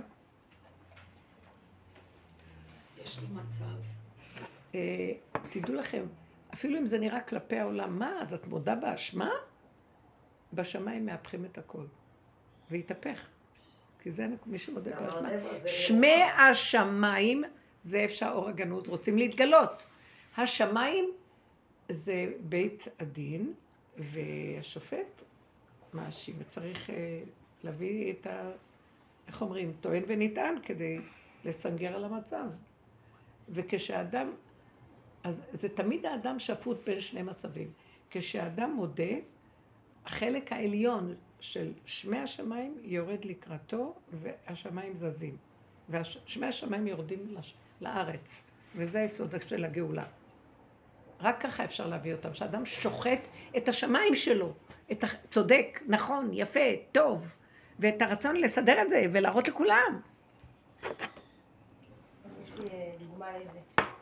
יש לי מצב. אה, תדעו לכם, אפילו אם זה נראה כלפי העולם, מה, אז את מודה באשמה? בשמיים מאפחים את הכל, והתהפך. כי זה מי שמודה באשמה. שמי השמיים, זה איפה שהאור הגנוז רוצים להתגלות. השמיים זה בית הדין, והשופט מאשים, וצריך להביא את ה... איך אומרים? טוען ונטען כדי לסנגר על המצב. וכשאדם, אז זה תמיד האדם שפוט בין שני מצבים. כשאדם מודה, החלק העליון של שמי השמיים יורד לקראתו, והשמיים זזים. ושמי השמיים יורדים לש... לארץ, וזה היסוד של הגאולה. רק ככה אפשר להביא אותם, שאדם שוחט את השמיים שלו, את הצודק, נכון, יפה, טוב, ואת הרצון לסדר את זה ולהראות לכולם. יש לי דוגמה דוגמה לזה.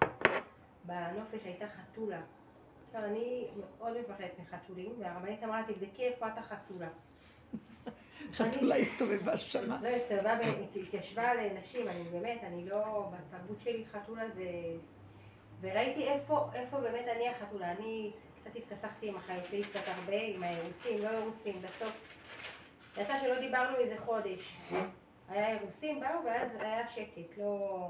בנופש הייתה חתולה. עכשיו, אני מאוד מפחדת מחתולים, והרבנית אמרה, תבדקי איפה את החתולה. חתולה הסתובבה שמה. לא, הסתובבה, התיישבה לנשים, אני באמת, אני לא, בתרבות שלי חתולה זה... וראיתי איפה, איפה באמת אני החתולה. אני קצת התכסחתי עם החיות שלי קצת הרבה, עם האירוסים, לא אירוסים, בסוף. יצא שלא דיברנו איזה חודש. היה אירוסים, באו, ואז היה שקט, לא...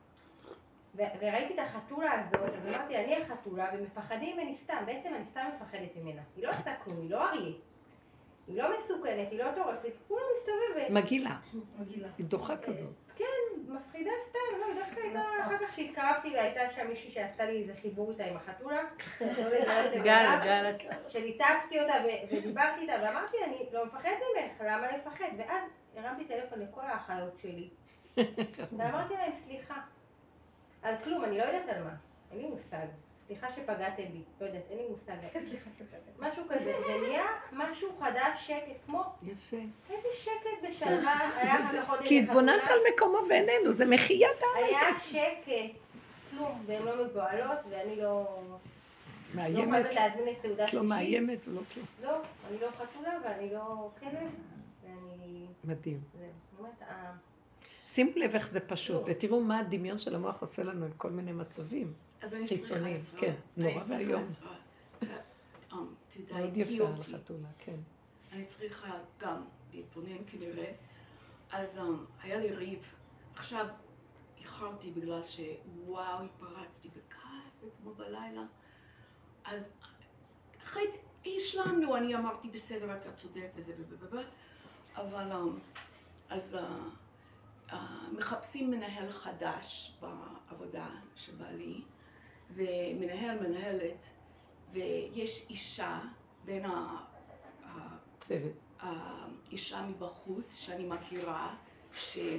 ו- וראיתי את החתולה הזאת, אז אמרתי, אני החתולה, ומפחדים ממני סתם, בעצם אני סתם מפחדת ממנה. היא לא עושה כלום, היא לא אריה. היא לא מסוכנת, היא לא טורפת, כולה מסתובבת. מגילה. מגילה. היא דוחה כזאת. כן, מפחידה סתם, לא, דווקא הייתה, אחר כך שהתקרבתי לה, הייתה שם מישהי שעשתה לי איזה חיבור איתה עם החתולה. גל, גל עשתה. שליטפתי אותה ו- ודיברתי איתה, ואמרתי, אני לא מפחד ממך, למה לפחד? ואז הרמתי טלפון לכל האחיות שלי, ואמרתי להם, סליחה, על כלום, אני לא יודעת על מה, אין לי מושג. סליחה שפגעתם בי, לא יודעת, אין לי מושג. משהו כזה, זה נהיה משהו חדש, שקט, כמו... יפה. איזה שקט ושלווה, היה זה- זה- ככה חודש כי התבוננת לחתונה. על מקומו ואיננו, זה מחיית העם. היה שקט, כלום, והן לא מבועלות, ואני לא... לא מאיימת. חייבת להזמין לסעודה את לא מאיימת ולא כלום. לא, אני לא חתולה ואני לא כלב, ואני... מדהים. זה, באמת, ה... שימו לב איך זה פשוט, ותראו מה הדמיון של המוח עושה לנו עם כל מיני מצבים. אז אני צריכה חיצוניים. עזרה. כן, נורא אני צריכה ואיום. עזרה. ת- um, מאוד תדייקי יפה על אותי. חתולה, כן. אני צריכה גם להתבונן כנראה. אז um, היה לי ריב. עכשיו איחרתי בגלל שוואו, התפרצתי בכעס אתמול בלילה. אז אחרי זה השלמנו, אני אמרתי בסדר, אתה צודק וזה ובבבא. אבל um, אז uh, uh, מחפשים מנהל חדש בעבודה שבעלי. ומנהל, מנהלת, ויש אישה בין ה- ה- צוות. האישה מבחוץ שאני מכירה, שיש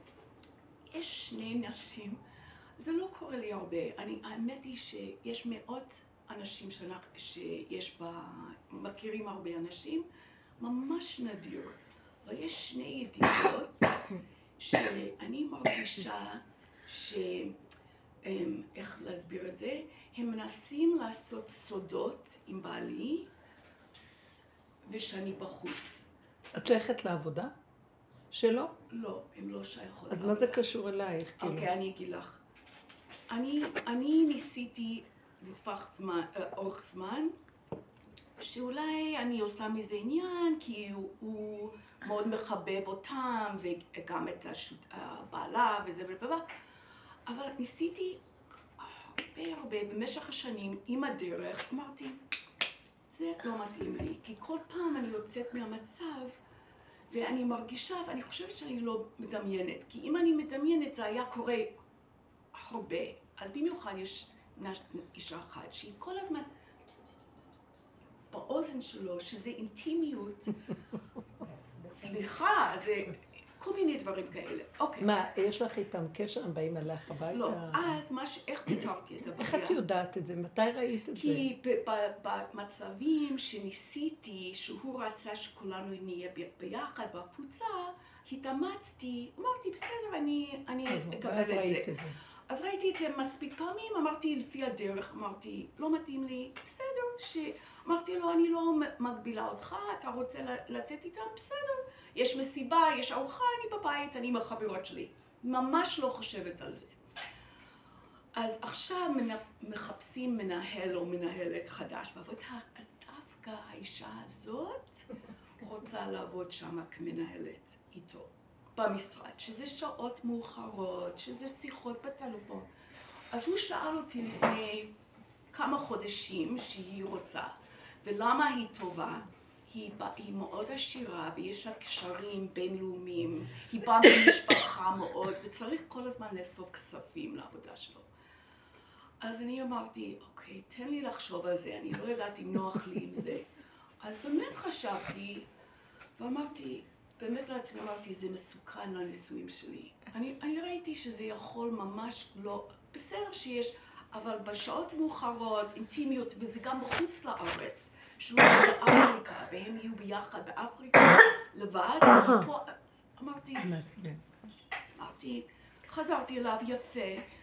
שני נשים, זה לא קורה לי הרבה. אני, האמת היא שיש מאות אנשים שאנחנו, שיש בה, מכירים הרבה אנשים, ממש נדיר. אבל יש שני ידידות שאני מרגישה ש... איך להסביר את זה? הם מנסים לעשות סודות עם בעלי ושאני בחוץ. את שייכת לעבודה? שלא? לא, הם לא שייכות. אז מה זה קשור אלייך? כאילו? אוקיי, אני אגיד לך. אני, אני ניסיתי לטווח זמן, אורך זמן, שאולי אני עושה מזה עניין, כי הוא, הוא מאוד מחבב אותם, וגם את השות, הבעלה וזה ובבא. אבל ניסיתי הרבה הרבה במשך השנים עם הדרך, אמרתי, זה לא מתאים לי, כי כל פעם אני יוצאת מהמצב ואני מרגישה, ואני חושבת שאני לא מדמיינת, כי אם אני מדמיינת זה היה קורה הרבה, אז במיוחד יש אישה אחת שהיא כל הזמן באוזן שלו, שזה אינטימיות, סליחה, זה... כל מיני דברים כאלה. אוקיי. מה, יש לך איתם קשר? הם באים אליך הביתה? לא, אז מה ש... איך פתרתי את הבעיה? איך את יודעת את זה? מתי ראית את זה? כי ב- ב- במצבים שניסיתי, שהוא רצה שכולנו נהיה ב- ביחד בקבוצה, התאמצתי, אמרתי, בסדר, אני, אני אקבל ואז את ראית זה. את זה. אז ראיתי את זה מספיק פעמים, אמרתי לפי הדרך, אמרתי, לא מתאים לי, בסדר, ש... אמרתי לו, אני לא מגבילה אותך, אתה רוצה לצאת איתם, בסדר. יש מסיבה, יש ארוחה, אני בבית, אני עם החברות שלי. ממש לא חושבת על זה. אז עכשיו מחפשים מנהל או מנהלת חדש בעבודה, אז דווקא האישה הזאת רוצה לעבוד שם כמנהלת איתו במשרד, שזה שעות מאוחרות, שזה שיחות בטלפון. אז הוא שאל אותי לפני כמה חודשים שהיא רוצה, ולמה היא טובה? היא, בא, היא מאוד עשירה ויש לה קשרים בינלאומיים, היא באה ממשפחה מאוד וצריך כל הזמן לאסוף כספים לעבודה שלו. אז אני אמרתי, אוקיי, תן לי לחשוב על זה, אני לא יודעת אם נוח לי עם זה. אז באמת חשבתי ואמרתי, באמת לעצמי אמרתי, זה מסוכן לנישואים שלי. אני, אני ראיתי שזה יכול ממש לא, בסדר שיש, אבל בשעות מאוחרות, אינטימיות, וזה גם בחוץ לארץ. שלא באפריקה, והם יהיו ביחד באפריקה, לבד, פה, אמרתי, אז אמרתי, חזרתי אליו יפה,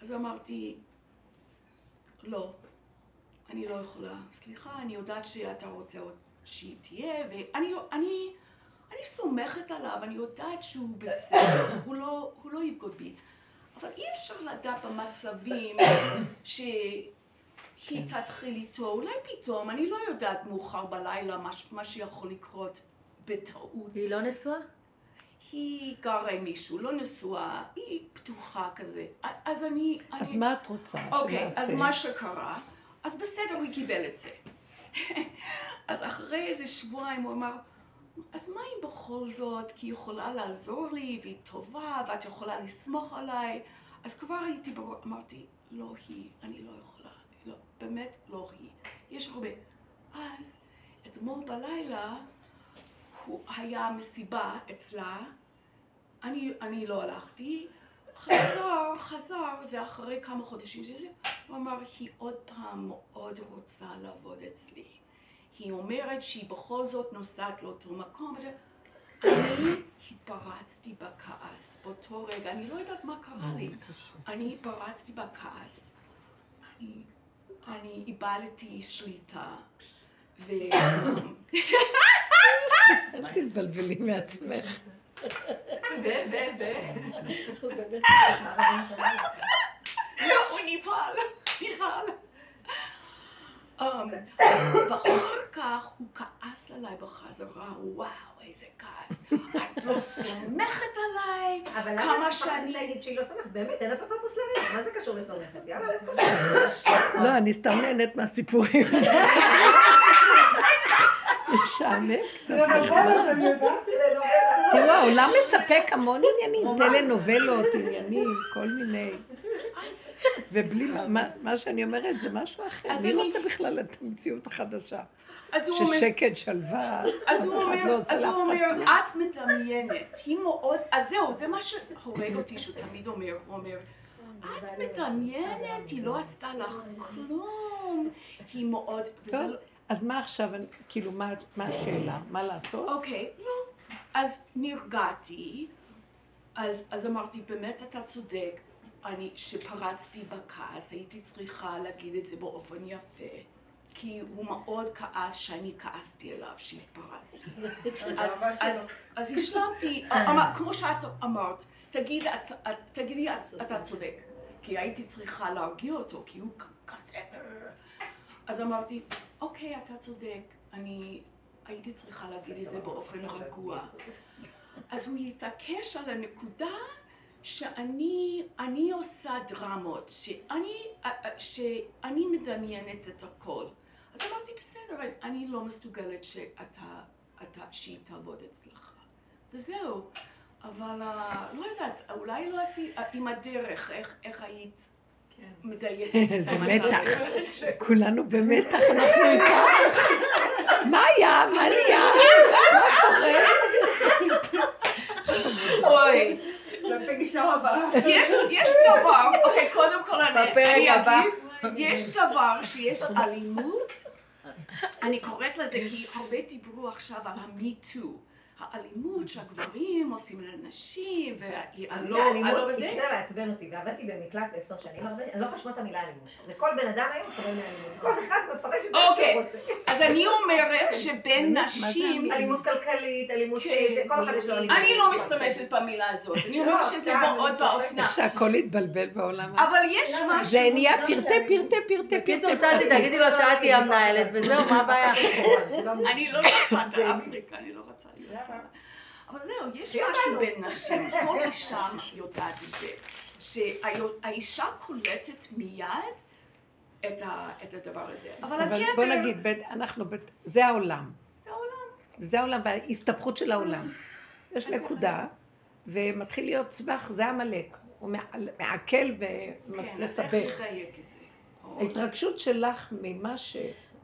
אז אמרתי, לא, אני לא יכולה. סליחה, אני יודעת שאתה רוצה שהיא תהיה, ואני אני, אני סומכת עליו, אני יודעת שהוא בסדר, הוא לא, הוא לא יבגוד בי. אבל אי אפשר לדעת במצבים שהיא תתחיל איתו, אולי פתאום, אני לא יודעת מאוחר בלילה מה, מה שיכול לקרות בטעות. היא לא נשואה? היא גרה עם מישהו, לא נשואה, היא פתוחה כזה. אז אני... אז אני... מה את רוצה אוקיי, שנעשה? אז מה שקרה, אז בסדר, הוא קיבל את זה. אז אחרי איזה שבועיים הוא אמר, אז מה אם בכל זאת, כי היא יכולה לעזור לי, והיא טובה, ואת יכולה לסמוך עליי. אז כבר הייתי ברור, אמרתי, לא היא, אני לא יכולה, לא, באמת לא היא. יש הרבה. אז אתמול בלילה, הוא היה מסיבה אצלה, אני, אני לא הלכתי, חזר, חזר, זה אחרי כמה חודשים, זה, זה, הוא אמר, היא עוד פעם מאוד רוצה לעבוד אצלי. היא אומרת שהיא בכל זאת נוסעת לאותו מקום. אני התפרצתי בכעס באותו רגע, אני לא יודעת מה קרה לי. אני התפרצתי בכעס, אני, אני איבדתי שליטה, ו... אל תתבלבלי מעצמך. ו... ו... ו... לא, הוא נפעל, נפעל. ואחר כך הוא כעס עליי בחזרה, וואו, איזה כעס. את לא סומכת עליי, כמה שאני... אבל למה להגיד שהיא לא סומכת? באמת, אין אפוטרופוס לריב, מה זה קשור לסומכת? יאללה, לא, אני סתם נהנית מהסיפורים. משעמם קצת. תראו, העולם מספק המון עניינים, טלנובלות, עניינים, כל מיני. ובלי, מה שאני אומרת זה משהו אחר. מי רוצה בכלל את המציאות החדשה? ששקט, שלווה, אז הוא אומר, אז הוא אומר, את מדמיינת, היא מאוד, אז זהו, זה מה שהורג אותי שהוא תמיד אומר, הוא אומר, את מדמיינת, היא לא עשתה לך כלום, היא מאוד, טוב, אז מה עכשיו, כאילו, מה השאלה? מה לעשות? אוקיי, לא. אז נרגעתי, אז אמרתי, באמת אתה צודק, אני, שפרצתי בכעס, הייתי צריכה להגיד את זה באופן יפה, כי הוא מאוד כעס שאני כעסתי אליו, שהתפרצתי. אז, אז, אז השלמתי, כמו שאת אמרת, תגיד, את, את, תגידי, את, אתה צודק, כי הייתי צריכה להרגיע אותו, כי הוא כזה... אז אמרתי, אוקיי, אתה צודק, אני הייתי צריכה להגיד את זה באופן רגוע. אז הוא יתעקש על הנקודה, שאני אני עושה דרמות, שאני, שאני מדמיינת את הכל. אז אמרתי, בסדר, אני לא מסוגלת שאתה, אתה, שהיא תעבוד אצלך. וזהו. אבל לא יודעת, אולי לא עשית עם הדרך, איך, איך היית מדייקת. זה מתח. כולנו במתח, אנחנו איתך. מה היה? מה נהיה? מה קורה? אוי. לפגישה הבאה. יש דבר, אוקיי, קודם כל אני אגיד, יש דבר שיש אלימות, אני קוראת לזה כי הרבה דיברו עכשיו על ה-me too, האלימות שהגברים עושים לנשים, והלא, הלא וזה. היא כדי לעצבן אותי, ועבדתי במקלט עשר שנים, אני לא חושבת את המילה אלימות. וכל בן אדם היום סובל מאלימות. כל אחד מפרש את זה שהוא רוצה. אז אני אומרת שבין נשים... אלימות כלכלית, אלימות... כל אחד יש לו אלימות. אני לא משתמשת במילה הזאת, אני אומרת שזה מאוד באופנה. איך שהכל התבלבל בעולם. אבל יש משהו... זה נהיה פרטי, פרטי, פרטי, בקיצור, ססי, תגידי לו שאת תהיה המנהלת, וזהו, מה הבעיה? אני לא רוצה באפריקה, אני לא רוצה להיות שם. אבל זהו, יש משהו בין נשים, כל אישה יודעת את זה, שהאישה קולטת מיד את הדבר הזה. אבל הגבר... בוא נגיד, אנחנו, זה העולם. זה העולם. זה העולם, בהסתבכות של העולם. יש נקודה, ומתחיל להיות צבח, זה המלאק. הוא מעכל ומסבך. כן, איך לדייק את זה? ההתרגשות שלך ממה ש...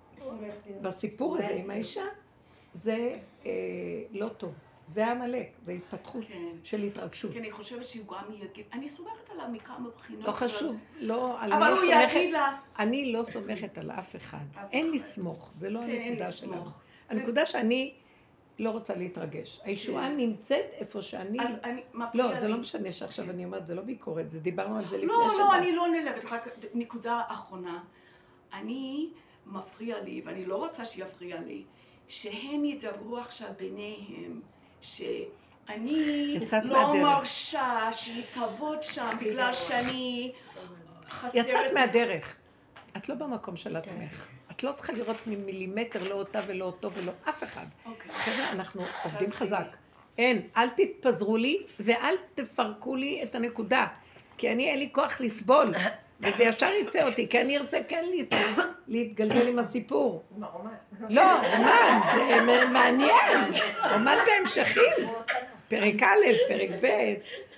בסיפור הזה עם האישה, זה לא טוב. זה המלאק, זה התפתחות של התרגשות. כן, אני חושבת שהוא גם יגיד, אני סומכת עליו מכמה בחינות. לא חשוב, לא, אבל הוא יגיד לה. אני לא סומכת על אף אחד. אין לי סמוך, זה לא הנקודה שלנו. הנקודה שאני לא רוצה להתרגש. הישועה נמצאת איפה שאני... אז אני מפריע לי. לא, זה לא משנה שעכשיו אני אומרת, זה לא ביקורת, זה דיברנו על זה לפני לא, שבא. לא, אני לא נעלבת, רק נקודה אחרונה. אני מפריע לי, ואני לא רוצה שיפריע לי, שהם ידברו עכשיו ביניהם, שאני לא מרשה שהיא תעבוד שם בגלל שאני חסרת... יצאת מהדרך. את לא במקום של עצמך. את לא צריכה לראות ממילימטר, לא אותה ולא אותו ולא אף אחד. חבר'ה, אנחנו עובדים חזק. אין, אל תתפזרו לי ואל תפרקו לי את הנקודה. כי אני אין לי כוח לסבול. וזה ישר יצא אותי, כי אני ארצה כן להתגלגל עם הסיפור. לא, אומן, זה מעניין. אומן בהמשכים. פרק א', פרק ב'.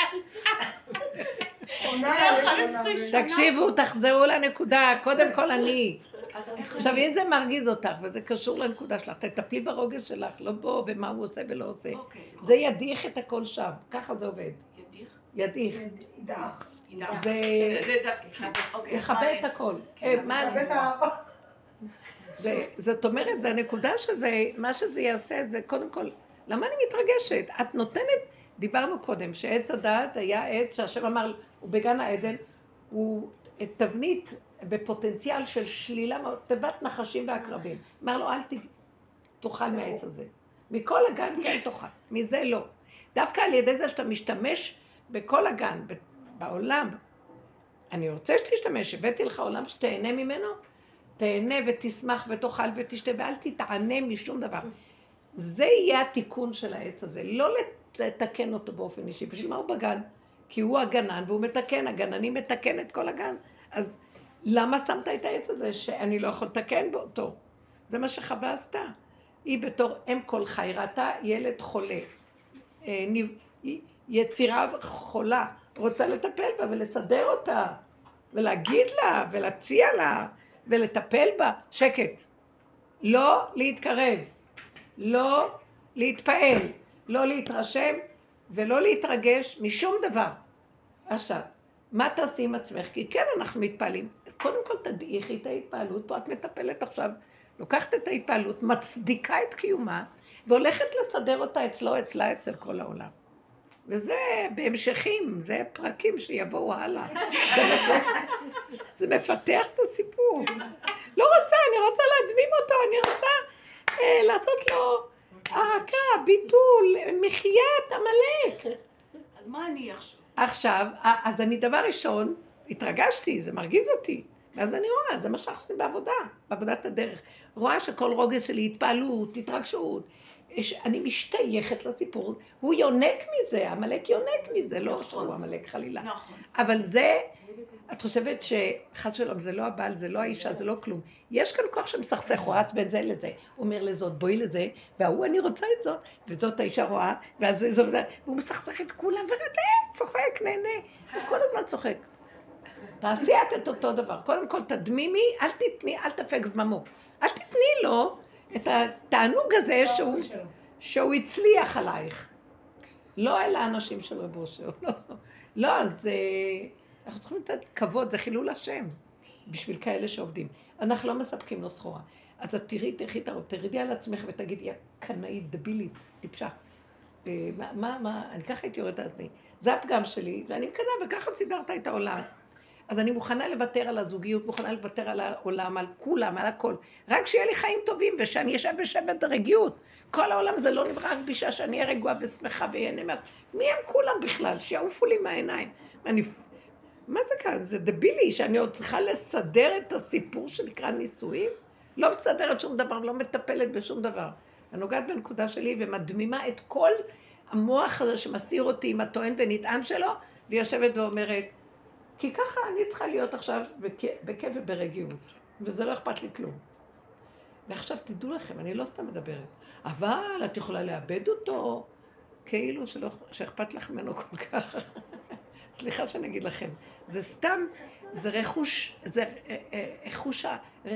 תקשיבו, תחזרו לנקודה, קודם כל אני. עכשיו, אם זה מרגיז אותך, וזה קשור לנקודה שלך, תטפלי ברוגז שלך, לא בו, ומה הוא עושה ולא עושה. זה ידיח את הכל שם, ככה זה עובד. ידיח? ידיח. ידח. זה יכבה את הכל. זאת אומרת, זה הנקודה שזה, מה שזה יעשה, זה קודם כל, למה אני מתרגשת? את נותנת, דיברנו קודם, שעץ הדעת היה עץ שהשם אמר, הוא בגן העדן, הוא תבנית בפוטנציאל של שלילה, תיבת נחשים ועקרבים. אמר לו, אל תאכל מהעץ הזה. מכל הגן כן תאכל, מזה לא. דווקא על ידי זה שאתה משתמש בכל הגן, בעולם, אני רוצה שתשתמש, הבאתי לך עולם שתהנה ממנו, תהנה ותשמח ותאכל ותשתה, ואל תתענה משום דבר. זה יהיה התיקון של העץ הזה, לא לתקן אותו באופן אישי. בשביל מה הוא בגן? כי הוא הגנן והוא מתקן, הגנני מתקן את כל הגן. אז למה שמת את העץ הזה שאני לא יכול לתקן באותו? זה מה שחווה עשתה. היא בתור אם כל חי, ראתה ילד חולה, יצירה חולה, רוצה לטפל בה ולסדר אותה, ולהגיד לה ולהציע לה ולטפל בה. שקט. לא להתקרב, לא להתפעל, לא להתרשם ולא להתרגש משום דבר. עכשיו, מה תעשי עם עצמך? כי כן, אנחנו מתפעלים. קודם כל תדעיכי את ההתפעלות, פה את מטפלת עכשיו, לוקחת את ההתפעלות, מצדיקה את קיומה, והולכת לסדר אותה אצלו, אצלה, אצל כל העולם. וזה בהמשכים, זה פרקים שיבואו הלאה. זה מפתח, זה מפתח את הסיפור. לא רוצה, אני רוצה להדמים אותו, אני רוצה אה, לעשות לו הרקה, ביטול, מחיית, עמלק. אז מה אני עכשיו? עכשיו, אז אני דבר ראשון, התרגשתי, זה מרגיז אותי. ואז אני רואה, זה מה שאנחנו עושים בעבודה, בעבודת הדרך. רואה שכל רוגז שלי, התפעלות, התרגשות, אני משתייכת לסיפור, הוא יונק מזה, המלאק יונק מזה, לא שהוא המלאק חלילה. נכון. אבל זה, את חושבת שחד שלום, זה לא הבעל, זה לא האישה, זה לא כלום. יש כאן כוח שמסכסך, הוא רץ בין זה לזה, הוא אומר לזאת, בואי לזה, והוא אני רוצה את זאת, וזאת האישה רואה, ואז זה וזה, והוא מסכסך את כולם, ורדה, צוחק, נהנה, הוא כל הזמן צוחק. תעשי את אותו דבר, קודם כל תדמימי, אל תתני, אל תפק זממו, אל תתני לו, את התענוג הזה שהוא, שהוא הצליח עלייך. לא אלה האנשים של רב אושר, לא. לא, אז אנחנו צריכים לתת כבוד, זה חילול השם, בשביל כאלה שעובדים. אנחנו לא מספקים לו סחורה. אז את תראי, תראי, תרידי על עצמך ותגידי, קנאית, דבילית, טיפשה. מה, מה, מה, אני ככה הייתי יורדת על עצמי. זה הפגם שלי, ואני מקנה, וככה סידרת את העולם. אז אני מוכנה לוותר על הזוגיות, מוכנה לוותר על העולם, על כולם, על הכל. רק שיהיה לי חיים טובים, ושאני אשב בשבט הרגיעות. כל העולם זה לא נברא רק בשעה שאני אהיה רגועה ושמחה ויהנה. מי הם כולם בכלל? שיעופו לי מהעיניים. אני... מה זה כאן? זה דבילי שאני עוד צריכה לסדר את הסיפור שנקרא נישואים? לא מסדרת שום דבר, לא מטפלת בשום דבר. אני נוגעת בנקודה שלי ומדמימה את כל המוח הזה שמסיר אותי עם הטוען ונטען שלו, ויושבת ואומרת, כי ככה אני צריכה להיות עכשיו בכיף וברגיעות, וזה לא אכפת לי כלום. ועכשיו תדעו לכם, אני לא סתם מדברת, אבל את יכולה לאבד אותו, כאילו שלא, שאכפת לך ממנו כל כך. סליחה שאני אגיד לכם, זה סתם, זה רכוש, זה רכוש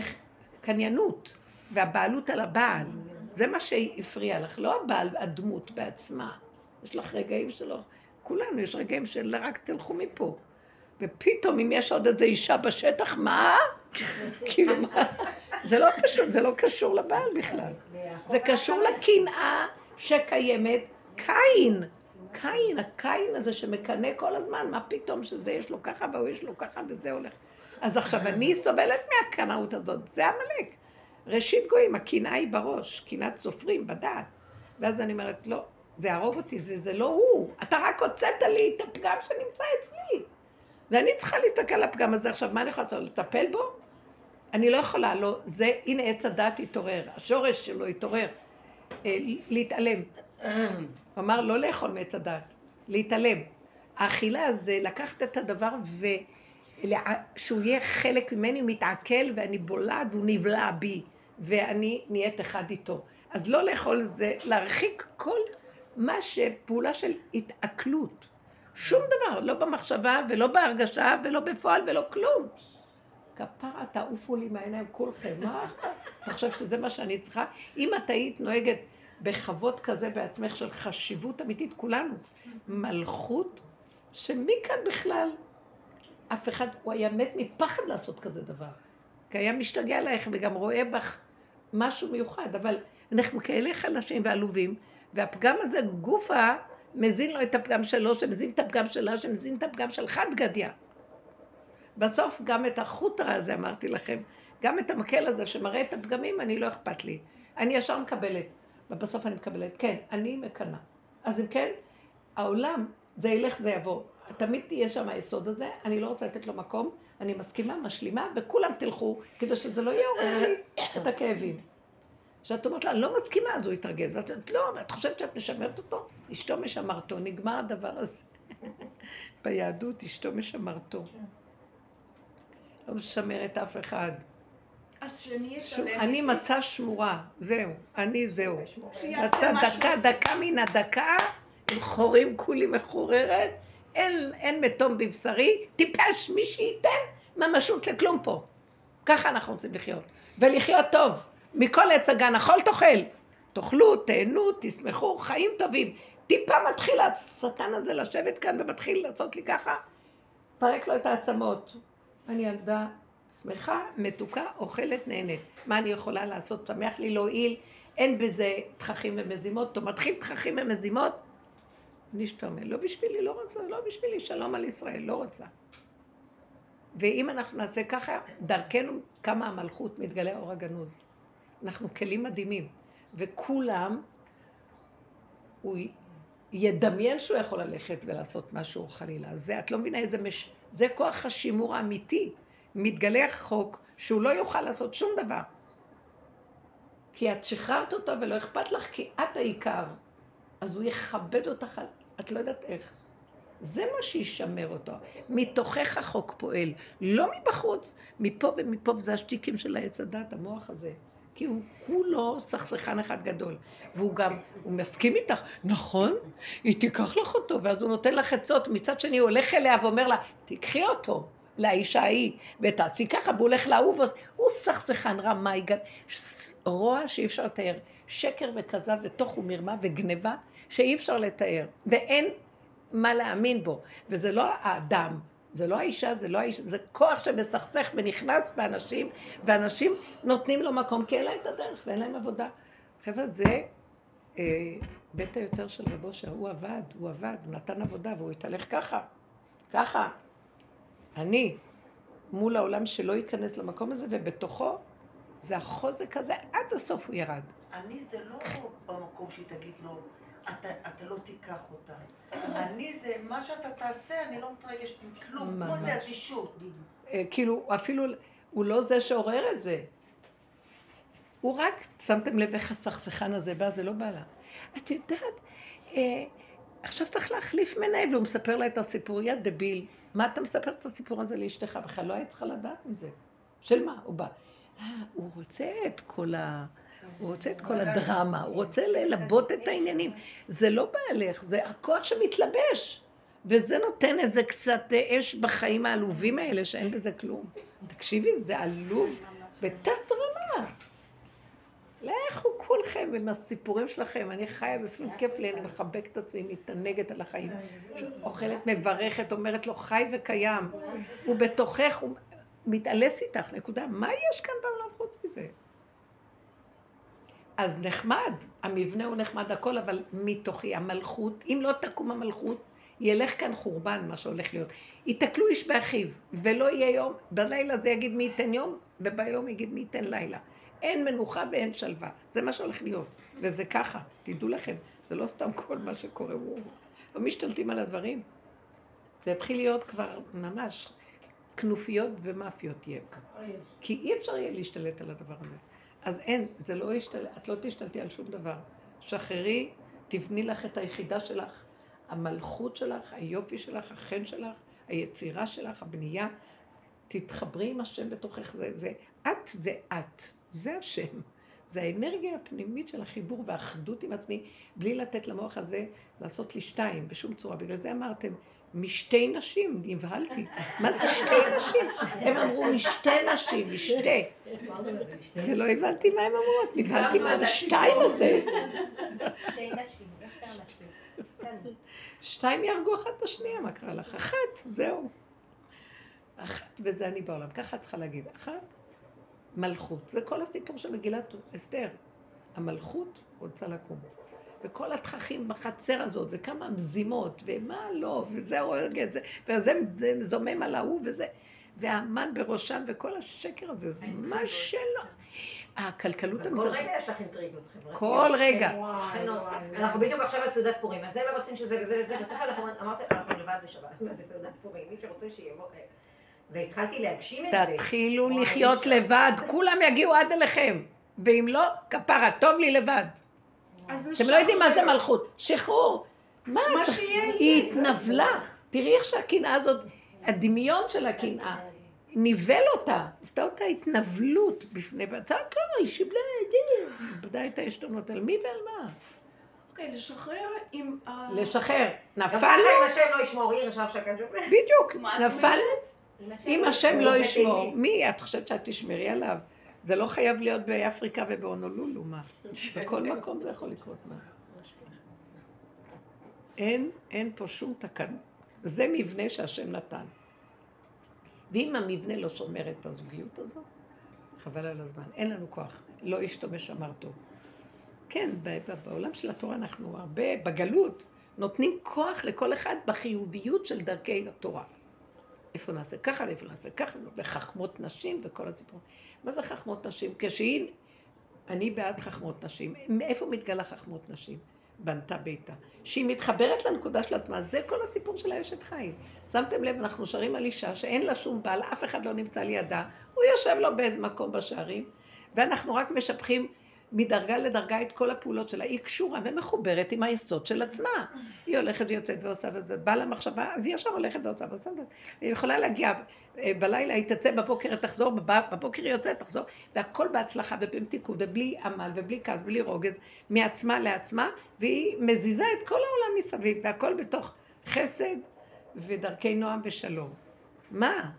הקניינות, והבעלות על הבעל, זה מה שהפריע לך, לא הבעל, הדמות בעצמה. יש לך רגעים שלא, כולנו יש רגעים של רק תלכו מפה. ופתאום אם יש עוד איזו אישה בשטח, מה? כאילו מה? זה לא פשוט, זה לא קשור לבעל בכלל. זה קשור לקנאה שקיימת קין. קין, הקין הזה שמקנה כל הזמן, מה פתאום שזה יש לו ככה והוא יש לו ככה וזה הולך. אז עכשיו אני סובלת מהקנאות הזאת, זה המלאק. ראשית גויים, הקנאה היא בראש, קנאת סופרים, בדעת. ואז אני אומרת, לא, זה הרוג אותי, זה, זה לא הוא. אתה רק הוצאת לי את הפגם שנמצא אצלי. ואני צריכה להסתכל על הפגם הזה. עכשיו, מה אני יכולה לעשות? לטפל בו? אני לא יכולה, לא. זה, הנה עץ הדעת התעורר, השורש שלו התעורר. אה, להתעלם. הוא אמר, לא לאכול מעץ הדעת, להתעלם. האכילה זה לקחת את הדבר ו... שהוא יהיה חלק ממני, הוא מתעכל ואני בולד והוא נבלע בי ואני נהיית אחד איתו. אז לא לאכול זה להרחיק כל מה שפעולה של התעכלות. שום דבר, לא במחשבה ולא בהרגשה ולא בפועל ולא כלום. כפרה, תעופו לי מהעיניים כולכם, מה? אתה חושב שזה מה שאני צריכה? אם את היית נוהגת בחוות כזה בעצמך של חשיבות אמיתית, כולנו, מלכות, שמכאן בכלל אף אחד, הוא היה מת מפחד לעשות כזה דבר. כי היה משתגע עלייך וגם רואה בך משהו מיוחד, אבל אנחנו כאלה חלשים ועלובים, והפגם הזה גופה מזין לו את הפגם שלו, שמזין את הפגם שלה, שמזין את הפגם של חד גדיה. בסוף גם את החוטרה הזה אמרתי לכם, גם את המקל הזה שמראה את הפגמים, אני לא אכפת לי. אני ישר מקבלת, ובסוף אני מקבלת, כן, אני מקנה. אז אם כן, העולם, זה ילך, זה יבוא. תמיד תהיה שם היסוד הזה, אני לא רוצה לתת לו מקום, אני מסכימה, משלימה, וכולם תלכו, כדי שזה לא יעורר לי את הכאבים. כשאת אומרת לה, לא מסכימה, אז הוא יתרגז, ואת אומרת, לא, את חושבת שאת משמרת אותו? אשתו משמרתו, נגמר הדבר הזה. ביהדות, אשתו משמרתו. לא משמרת אף אחד. אז שנהיה שו, אני מצא שמורה, זהו, אני זהו. מצא משהו דקה, עושה. דקה מן הדקה, עם חורים כולי מחוררת, אין, אין מתום בבשרי, טיפש מי שייתן ממשות לכלום פה. ככה אנחנו רוצים לחיות. ולחיות טוב, מכל עץ הגן, אכול תאכל. תאכלו, תהנו, תשמחו, חיים טובים. טיפה מתחיל השטן הזה לשבת כאן ומתחיל לעשות לי ככה, פרק לו את העצמות. אני ילדה שמחה, מתוקה, אוכלת, נהנית. מה אני יכולה לעשות? שמח לי להועיל, אין בזה תככים ומזימות, טוב, מתחיל תככים ומזימות, נשתרמה, לא בשבילי, לא רוצה, לא בשבילי, שלום על ישראל, לא רוצה. ואם אנחנו נעשה ככה, דרכנו כמה המלכות מתגלה האור הגנוז. אנחנו כלים מדהימים, וכולם, הוא ידמיין שהוא יכול ללכת ולעשות משהו חלילה. זה, את לא מבינה איזה מש... זה כוח השימור האמיתי. מתגלה חוק שהוא לא יוכל לעשות שום דבר. כי את שחררת אותו ולא אכפת לך, כי את העיקר. אז הוא יכבד אותך, את לא יודעת איך. זה מה שישמר אותו. מתוכך החוק פועל, לא מבחוץ, מפה ומפה, וזה השתיקים של העץ הדת, המוח הזה. כי הוא כולו סכסכן אחד גדול. והוא גם, הוא מסכים איתך, נכון? היא תיקח לך אותו, ואז הוא נותן לך עצות, מצד שני הוא הולך אליה ואומר לה, תיקחי אותו לאישה ההיא, ותעשי ככה, והוא הולך לאהוב, הוא סכסכן רע, מה יגן? רוע שאי אפשר לתאר, שקר וכזב ותוך ומרמה וגניבה, שאי אפשר לתאר, ואין מה להאמין בו, וזה לא האדם, זה לא האישה, זה לא האישה, זה כוח שמסכסך ונכנס באנשים, ואנשים נותנים לו מקום, כי אין להם את הדרך ואין להם עבודה. חבר'ה, זה אה, בית היוצר של רב אושר, הוא עבד, הוא עבד, הוא נתן עבודה, והוא התהלך ככה, ככה. אני, מול העולם שלא ייכנס למקום הזה, ובתוכו, זה החוזק הזה, עד הסוף הוא ירד. אני זה לא במקום שהיא תגיד לו, אתה, אתה לא תיקח אותה. אני זה, מה שאתה תעשה, אני לא מתרגשת מכלום, כמו זה אדישות. כאילו, אפילו, הוא לא זה שעורר את זה. הוא רק, שמתם לב איך הסכסכן הזה בא, זה לא בא לה. את יודעת, אה, עכשיו צריך להחליף מנהל, והוא מספר לה את הסיפור, יא דביל. מה אתה מספר את הסיפור הזה לאשתך? בכלל לא היית צריכה לדעת מזה. של מה? הוא בא. אה, הוא רוצה את כל ה... הוא רוצה את כל הדרמה, הוא רוצה ללבות את העניינים. זה לא בעלך, זה הכוח שמתלבש. וזה נותן איזה קצת אש בחיים העלובים האלה, שאין בזה כלום. תקשיבי, זה עלוב בתת רמה. לכו כולכם עם הסיפורים שלכם, אני חיה בפנים, כיף לי, אני מחבקת את עצמי, מתענגת על החיים. אוכלת, מברכת, אומרת לו, חי וקיים. הוא בתוכך, הוא מתעלס איתך, נקודה. מה יש כאן בעולם חוץ מזה? אז נחמד, המבנה הוא נחמד הכל, אבל מתוכי המלכות, אם לא תקום המלכות, ילך כאן חורבן, מה שהולך להיות. יתקלו איש באחיו, ולא יהיה יום, בלילה זה יגיד מי ייתן יום, וביום יגיד מי ייתן לילה. אין מנוחה ואין שלווה, זה מה שהולך להיות, וזה ככה, תדעו לכם, זה לא סתם כל מה שקורה, לא משתלטים על הדברים. זה התחיל להיות כבר ממש כנופיות ומאפיות יהיה. כי אי אפשר יהיה להשתלט על הדבר הזה. אז אין, זה לא ישתלט, את לא תשתלטי על שום דבר. שחררי, תבני לך את היחידה שלך, המלכות שלך, היופי שלך, החן שלך, היצירה שלך, הבנייה. תתחברי עם השם בתוכך, זה, זה את ואת, זה השם. זה האנרגיה הפנימית של החיבור והאחדות עם עצמי, בלי לתת למוח הזה לעשות לי שתיים, בשום צורה. בגלל זה אמרתם, משתי נשים, נבהלתי. מה זה שתי נשים? הם אמרו משתי נשים, משתי. ולא הבנתי מה הם אמרו, נבהלתי מה השתיים הזה. שתי נשים, יש כמה נשים. שתיים יהרגו אחת את השנייה, מה קרה לך? אחת, זהו. אחת, וזה אני בעולם. ככה צריכה להגיד, אחת, מלכות. זה כל הסיפור של מגילת אסתר. המלכות רוצה לקום. וכל התככים בחצר הזאת, וכמה מזימות, ומה לא, וזה הורג את זה, וזה זומם על ההוא, וזה, והאמן בראשם, וכל השקר הזה, זה מה שלא. הכלכלות המזרחית. כל רגע יש לך אינטריגות חברתיות. כל רגע. אנחנו בדיוק עכשיו על סעודת פורים, אז זה לא רוצים שזה וזה וזה, בסוף אנחנו אמרתי, אנחנו לבד בשבת, בסעודת פורים, מי שרוצה שיבוא, והתחלתי להגשים את זה. תתחילו לחיות לבד, כולם יגיעו עד אליכם, ואם לא, כפרה, טוב לי לבד. אתם לא יודעים מה זה מלכות, שחרור. מה? היא התנבלה. תראי איך שהקנאה הזאת, הדמיון של הקנאה, ניבל אותה, עשתה אותה התנבלות בפני בצע, היא שיבלה, בדה את העשתונות, על מי ועל מה? אוקיי, לשחרר עם... לשחרר. נפל לו? לו? אם השם לא ישמור, היא נשאר שקד שופט. בדיוק, נפל לו? אם השם לא ישמור, מי? את חושבת שאת תשמרי עליו? זה לא חייב להיות באפריקה ובהונולולו, מה? בכל מקום זה יכול לקרות, מה? אין, אין פה שום תקן. זה מבנה שהשם נתן. ואם המבנה לא שומר את הזוגיות הזאת, חבל על הזמן. אין לנו כוח. לא ישתמש אמרתו. כן, בעולם של התורה אנחנו הרבה, בגלות, נותנים כוח לכל אחד בחיוביות של דרכי התורה. איפה נעשה ככה, איפה נעשה ככה, וחכמות נשים וכל הסיפור. מה זה חכמות נשים? כשהיא, אני בעד חכמות נשים. מאיפה מתגלה חכמות נשים? בנתה ביתה. שהיא מתחברת לנקודה של עצמה, זה כל הסיפור של האשת חיים. שמתם לב, אנחנו שרים על אישה שאין לה שום בעל, אף אחד לא נמצא לידה, הוא יושב לו באיזה מקום בשערים, ואנחנו רק משפחים מדרגה לדרגה את כל הפעולות שלה. היא קשורה ומחוברת עם היסוד של עצמה. היא הולכת ויוצאת ועושה וזה, באה למחשבה, אז היא ישר הולכת ועושה ועושה וזה. היא יכולה להגיע בלילה, היא תצא בבוקר, תחזור, בבוקר היא יוצאת, תחזור, והכל בהצלחה ובמתיקות, ובלי עמל ובלי כעס, בלי רוגז, מעצמה לעצמה, והיא מזיזה את כל העולם מסביב, והכל בתוך חסד ודרכי נועם ושלום. מה?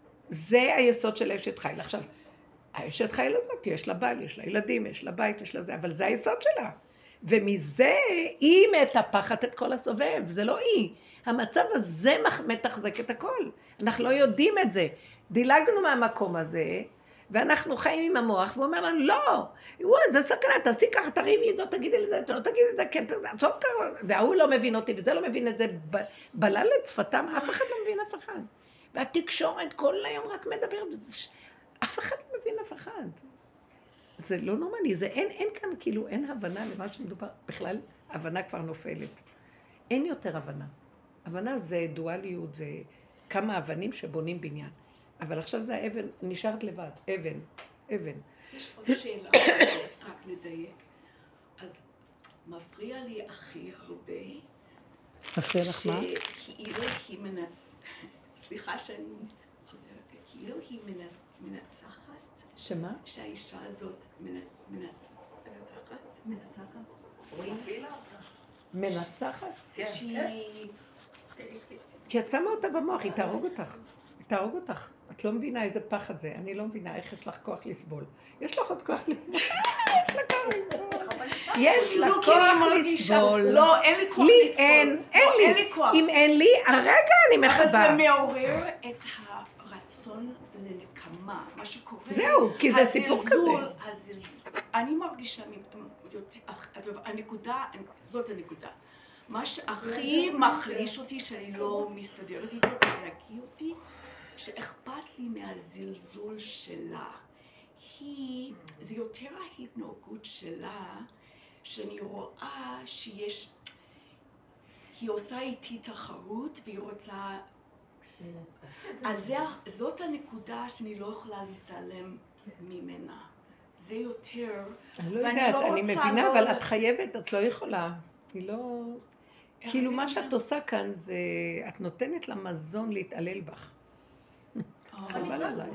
זה היסוד של אשת חיל. עכשיו, האשת חיל הזאת, יש לה בעל, יש לה ילדים, יש לה בית, יש לה זה, אבל זה היסוד שלה. ומזה היא מטפחת את כל הסובב, זה לא היא. המצב הזה מתחזק את הכל. אנחנו לא יודעים את זה. דילגנו מהמקום הזה, ואנחנו חיים עם המוח, והוא אומר לנו, לא, וואי, זה סכנה, תעשי ככה, תריבי את זה, תגידי לזה, לא תגידי את זה, כן, תעשו ככה. והוא לא מבין אותי, וזה לא מבין את זה, בלל את שפתם, אף אחד לא מבין אף אחד. והתקשורת כל היום רק מדבר, אף אחד לא מבין אף אחד. זה לא נורמלי, זה אין, אין כאן כאילו, אין הבנה למה שמדובר, בכלל הבנה כבר נופלת. אין יותר הבנה. הבנה זה דואליות, זה כמה אבנים שבונים בניין. אבל עכשיו זה האבן, נשארת לבד, אבן, אבן. יש עוד שאלה, רק לדייק. אז מפריע לי הכי הרבה, מפריע לך מה? שכאילו היא מנצחת, סליחה שאני חוזרת, כאילו היא מנצחת. שמה? שהאישה הזאת מנצחת. מנצחת? מנצחת? שהיא... כי את שמה אותה במוח, היא תהרוג אותך. היא תהרוג אותך. את לא מבינה איזה פחד זה. אני לא מבינה איך יש לך כוח לסבול. יש לך עוד כוח לסבול. יש לה כוח לסבול. יש לה כוח לסבול. לא, אין לי כוח לסבול. לי אין, אין לי. אם אין לי, הרגע אני מחבה. אבל זה מעורר את הרצון לנקה. הנקמה, מה שקורה. זהו, כי זה סיפור כזה. הזלזול, אני מרגישה, הנקודה, זאת הנקודה. מה שהכי מחליש אותי, שאני לא מסתדרת איתו, להגיע אותי, שאכפת לי מהזלזול שלה. היא, זה יותר ההתנהגות שלה, שאני רואה שיש, היא עושה איתי תחרות והיא רוצה, אז זה, זאת הנקודה שאני לא יכולה להתעלם ממנה. זה יותר, אני לא יודעת, אני מבינה, אבל את חייבת, את לא יכולה. היא לא... כאילו מה שאת עושה כאן זה, את נותנת לה מזון להתעלל בך. חבל עליי.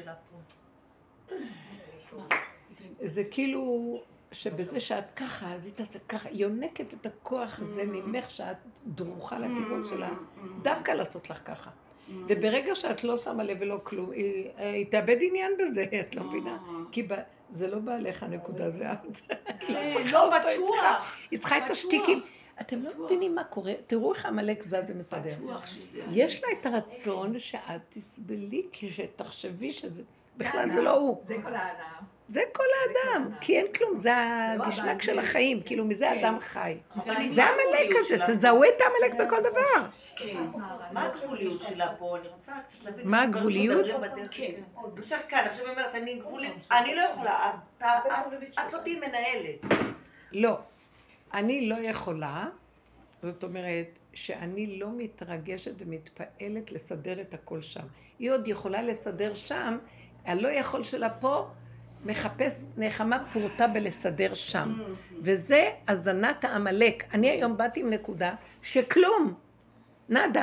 זה כאילו שבזה שאת ככה, אז היא תעשה ככה, היא יונקת את הכוח הזה ממך שאת דרוכה לכיוון שלה, דווקא לעשות לך ככה. וברגע שאת לא שמה לב ולא כלום, היא תאבד עניין בזה, את לא מבינה? כי זה לא בעליך הנקודה, זה את. היא צריכה אותו, היא צריכה את השתיקים. אתם לא מבינים מה קורה, תראו איך המלאק זז ומסדר. יש לה את הרצון שאת תסבלי כשתחשבי שזה, בכלל זה לא הוא. זה כל האדם. זה כל האדם, כי אין כלום, זה הגשלק של החיים, כאילו מזה אדם חי. זה המלאק הזה, תזהו את המלאק בכל דבר. מה הגבוליות שלה פה? אני רוצה קצת להבין. מה הגבוליות? כן. למשל כאן, עכשיו היא אומרת, אני גבולית, אני לא יכולה, את לא תהיי מנהלת. לא. אני לא יכולה, זאת אומרת שאני לא מתרגשת ומתפעלת לסדר את הכל שם. היא עוד יכולה לסדר שם, הלא יכול שלה פה מחפש נחמה פורטה בלסדר שם. וזה הזנת העמלק. אני היום באתי עם נקודה שכלום, נדה.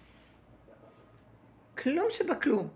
כלום שבכלום.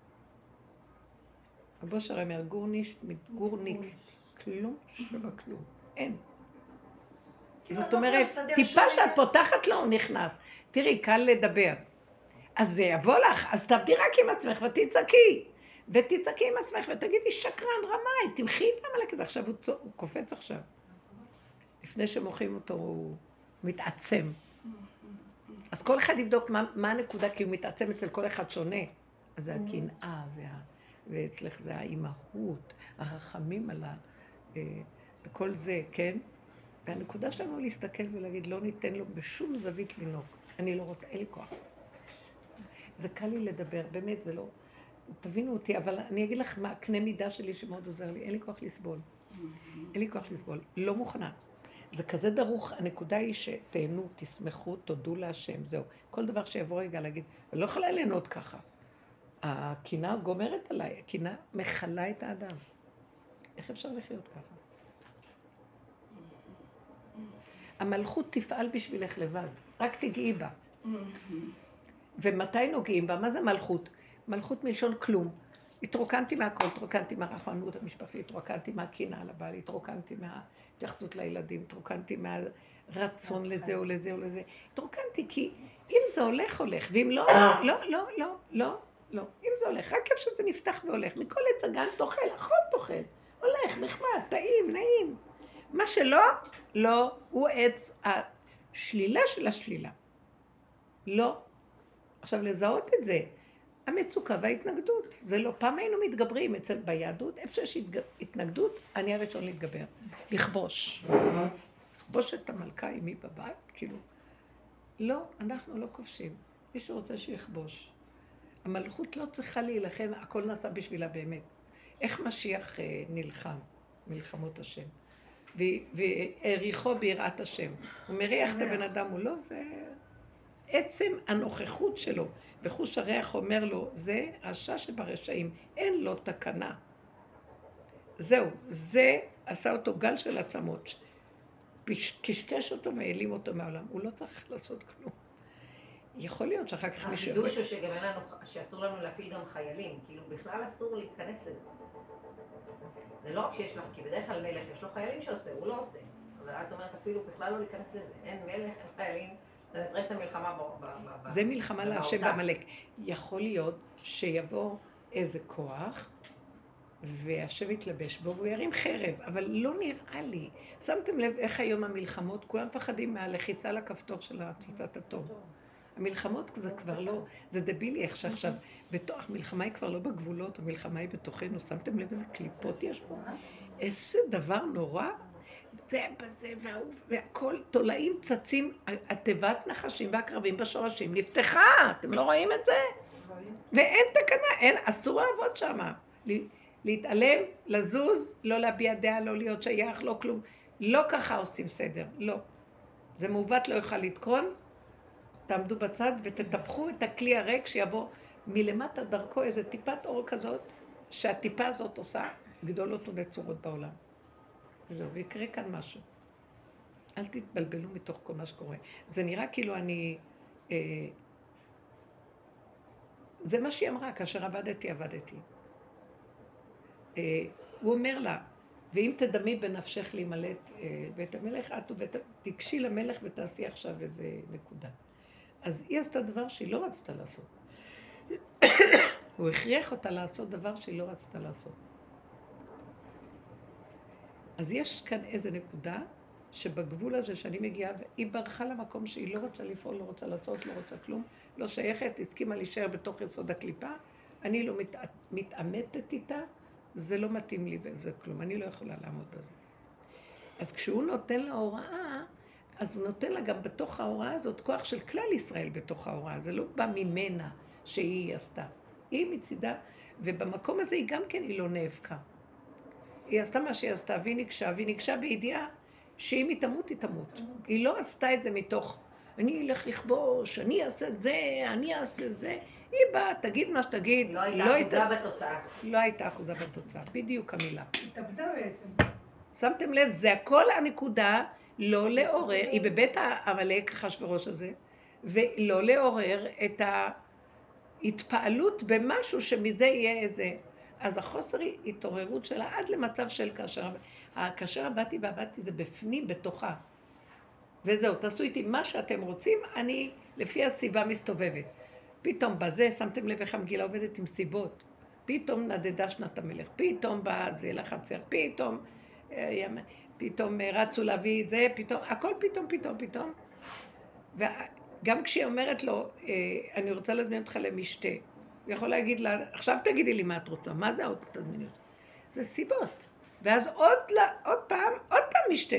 אבו שר אומר, גורניש, גורניקס, כלום שבכלום. אין. זאת אומרת, טיפה שאת פותחת לו, הוא נכנס. תראי, קל לדבר. אז זה יבוא לך, אז תעבדי רק עם עצמך ותצעקי. ותצעקי עם עצמך ותגידי, שקרן, רמאי, תמחי את המלאק הזה. עכשיו הוא, הוא קופץ עכשיו. לפני שמוחים אותו, הוא מתעצם. אז כל אחד יבדוק מה, מה הנקודה, כי הוא מתעצם אצל כל אחד שונה. אז זה הקנאה, וה, ואצלך זה האימהות, הרחמים על ה... וכל זה, כן? והנקודה שלנו להסתכל ולהגיד, לא ניתן לו בשום זווית לנוק. אני לא רוצה, אין לי כוח. זה קל לי לדבר, באמת, זה לא... תבינו אותי, אבל אני אגיד לך מה, הקנה מידה שלי שמאוד עוזר לי, אין לי כוח לסבול. אין לי כוח לסבול, לא מוכנה. זה כזה דרוך, הנקודה היא שתהנו, תשמחו, תודו להשם, זהו. כל דבר שיבוא רגע להגיד, אני לא יכולה ליהנות ככה. הקנאה גומרת עליי, הקנאה מחלה את האדם. איך אפשר לחיות ככה? המלכות תפעל בשבילך לבד, רק תגעי בה. ומתי נוגעים בה? מה זה מלכות? מלכות מלשון כלום. התרוקנתי מהכל, התרוקנתי מהרחמנות המשפחתית, התרוקנתי מהקנאה על הבעל, התרוקנתי מההתייחסות לילדים, התרוקנתי מהרצון לזה או לזה או לזה. התרוקנתי כי אם זה הולך, הולך, ואם לא, לא, לא, לא, לא, לא. אם זה הולך, רק איפה שזה נפתח והולך. מכל עץ הגן תאכל, הכל תאכל. הולך, נחמד, טעים, נעים. מה שלא, לא, הוא עץ השלילה של השלילה. לא. עכשיו, לזהות את זה, המצוקה וההתנגדות, זה לא, פעם היינו מתגברים אצל ביהדות, איפה שיש התנגדות, אני הראשון להתגבר, לכבוש. לכבוש את המלכה עימי בבית, כאילו, לא, אנחנו לא כובשים, מי שרוצה שיכבוש. המלכות לא צריכה להילחם, הכל נעשה בשבילה באמת. איך משיח נלחם, מלחמות השם? והעריכו ביראת השם. הוא מריח את הבן אדם מולו, ועצם הנוכחות שלו, וחוש הריח אומר לו, זה רשע שברשעים, אין לו תקנה. זהו, זה עשה אותו גל של עצמות. קשקש אותו והעלים אותו מהעולם. הוא לא צריך לעשות כלום. יכול להיות שאחר כך מישהו... החידוש הוא שגם אין לנו, שאסור לנו להפעיל גם חיילים, כאילו בכלל אסור להתכנס לזה. זה לא רק שיש לך, כי בדרך כלל מלך יש לו חיילים שעושה, הוא לא עושה. אבל את אומרת אפילו בכלל לא להיכנס לזה. אין מלך, אין חיילים, זה נתראה את המלחמה ב... זה מלחמה להשם בעמלק. יכול להיות שיבוא איזה כוח, והשם יתלבש בו, והוא ירים חרב, אבל לא נראה לי. שמתם לב איך היום המלחמות, כולם מפחדים מהלחיצה לכפתור של הפצצת אטום. המלחמות זה כבר לא, זה דבילי איך שעכשיו, בתוך, המלחמה היא כבר לא בגבולות, המלחמה היא בתוכנו, שמתם לב איזה קליפות יש פה? איזה דבר נורא, זה בזה והוא, והכל תולעים צצים, התיבת נחשים והקרבים בשורשים נפתחה, אתם לא רואים את זה? ואין תקנה, אין, אסור לעבוד שם, להתעלם, לזוז, לא להביע דעה, לא להיות שייך, לא כלום, לא ככה עושים סדר, לא. זה מעוות לא יוכל לתקון, תעמדו בצד ותטפחו את הכלי הריק שיבוא מלמטה דרכו איזה טיפת אור כזאת, שהטיפה הזאת עושה גדולות ונצורות בעולם. וזהו, ויקרה כאן משהו. אל תתבלבלו מתוך כל מה שקורה. זה נראה כאילו אני... אה, זה מה שהיא אמרה, כאשר עבדתי, עבדתי. אה, הוא אומר לה, ואם תדמי בנפשך להימלט אה, בית המלך, את תקשי למלך ותעשי עכשיו איזה נקודה. אז היא עשתה דבר שהיא לא רצתה לעשות. הוא הכריח אותה לעשות דבר שהיא לא רצתה לעשות. אז יש כאן איזה נקודה שבגבול הזה שאני מגיעה, היא ברחה למקום שהיא לא רוצה לפעול, לא רוצה לעשות, לא רוצה כלום, לא שייכת, הסכימה להישאר בתוך יסוד הקליפה, אני לא מת, מתעמתת איתה, זה לא מתאים לי וזה כלום, אני לא יכולה לעמוד בזה. אז כשהוא נותן לה הוראה, אז הוא נותן לה גם בתוך ההוראה הזאת כוח של כלל ישראל בתוך ההוראה, זה לא בא ממנה שהיא עשתה. היא מצידה, ובמקום הזה היא גם כן היא לא נאבקה. היא עשתה מה שהיא עשתה, והיא ניגשה, והיא ניגשה בידיעה שאם היא תמות, היא תמות. היא לא עשתה את זה מתוך, אני אלך לכבוש, אני אעשה זה, אני אעשה זה. היא באה, תגיד מה שתגיד. לא הייתה אחוזה בתוצאה. לא הייתה אחוזה בתוצאה, בדיוק המילה. היא התאבדה בעצם. שמתם לב, זה הכל הנקודה, לא לעורר, היא בבית העמלק אחשוורוש הזה, ולא לעורר את ההתפעלות במשהו שמזה יהיה איזה... אז החוסר התעוררות שלה עד למצב של כאשר... כאשר עבדתי ועבדתי זה בפנים, בתוכה. וזהו, תעשו איתי מה שאתם רוצים, אני לפי הסיבה מסתובבת. פתאום בזה, שמתם לב איך המגילה עובדת עם סיבות. פתאום נדדה שנת המלך, פתאום בא זה לחצר, פתאום... פתאום רצו להביא את זה, פתאום, הכל פתאום, פתאום, פתאום. וגם כשהיא אומרת לו, אני רוצה להזמין אותך למשתה, הוא יכול להגיד לה, עכשיו תגידי לי מה את רוצה, מה זה עוד תזמיני אותך? זה סיבות. ואז עוד, עוד פעם, עוד פעם משתה.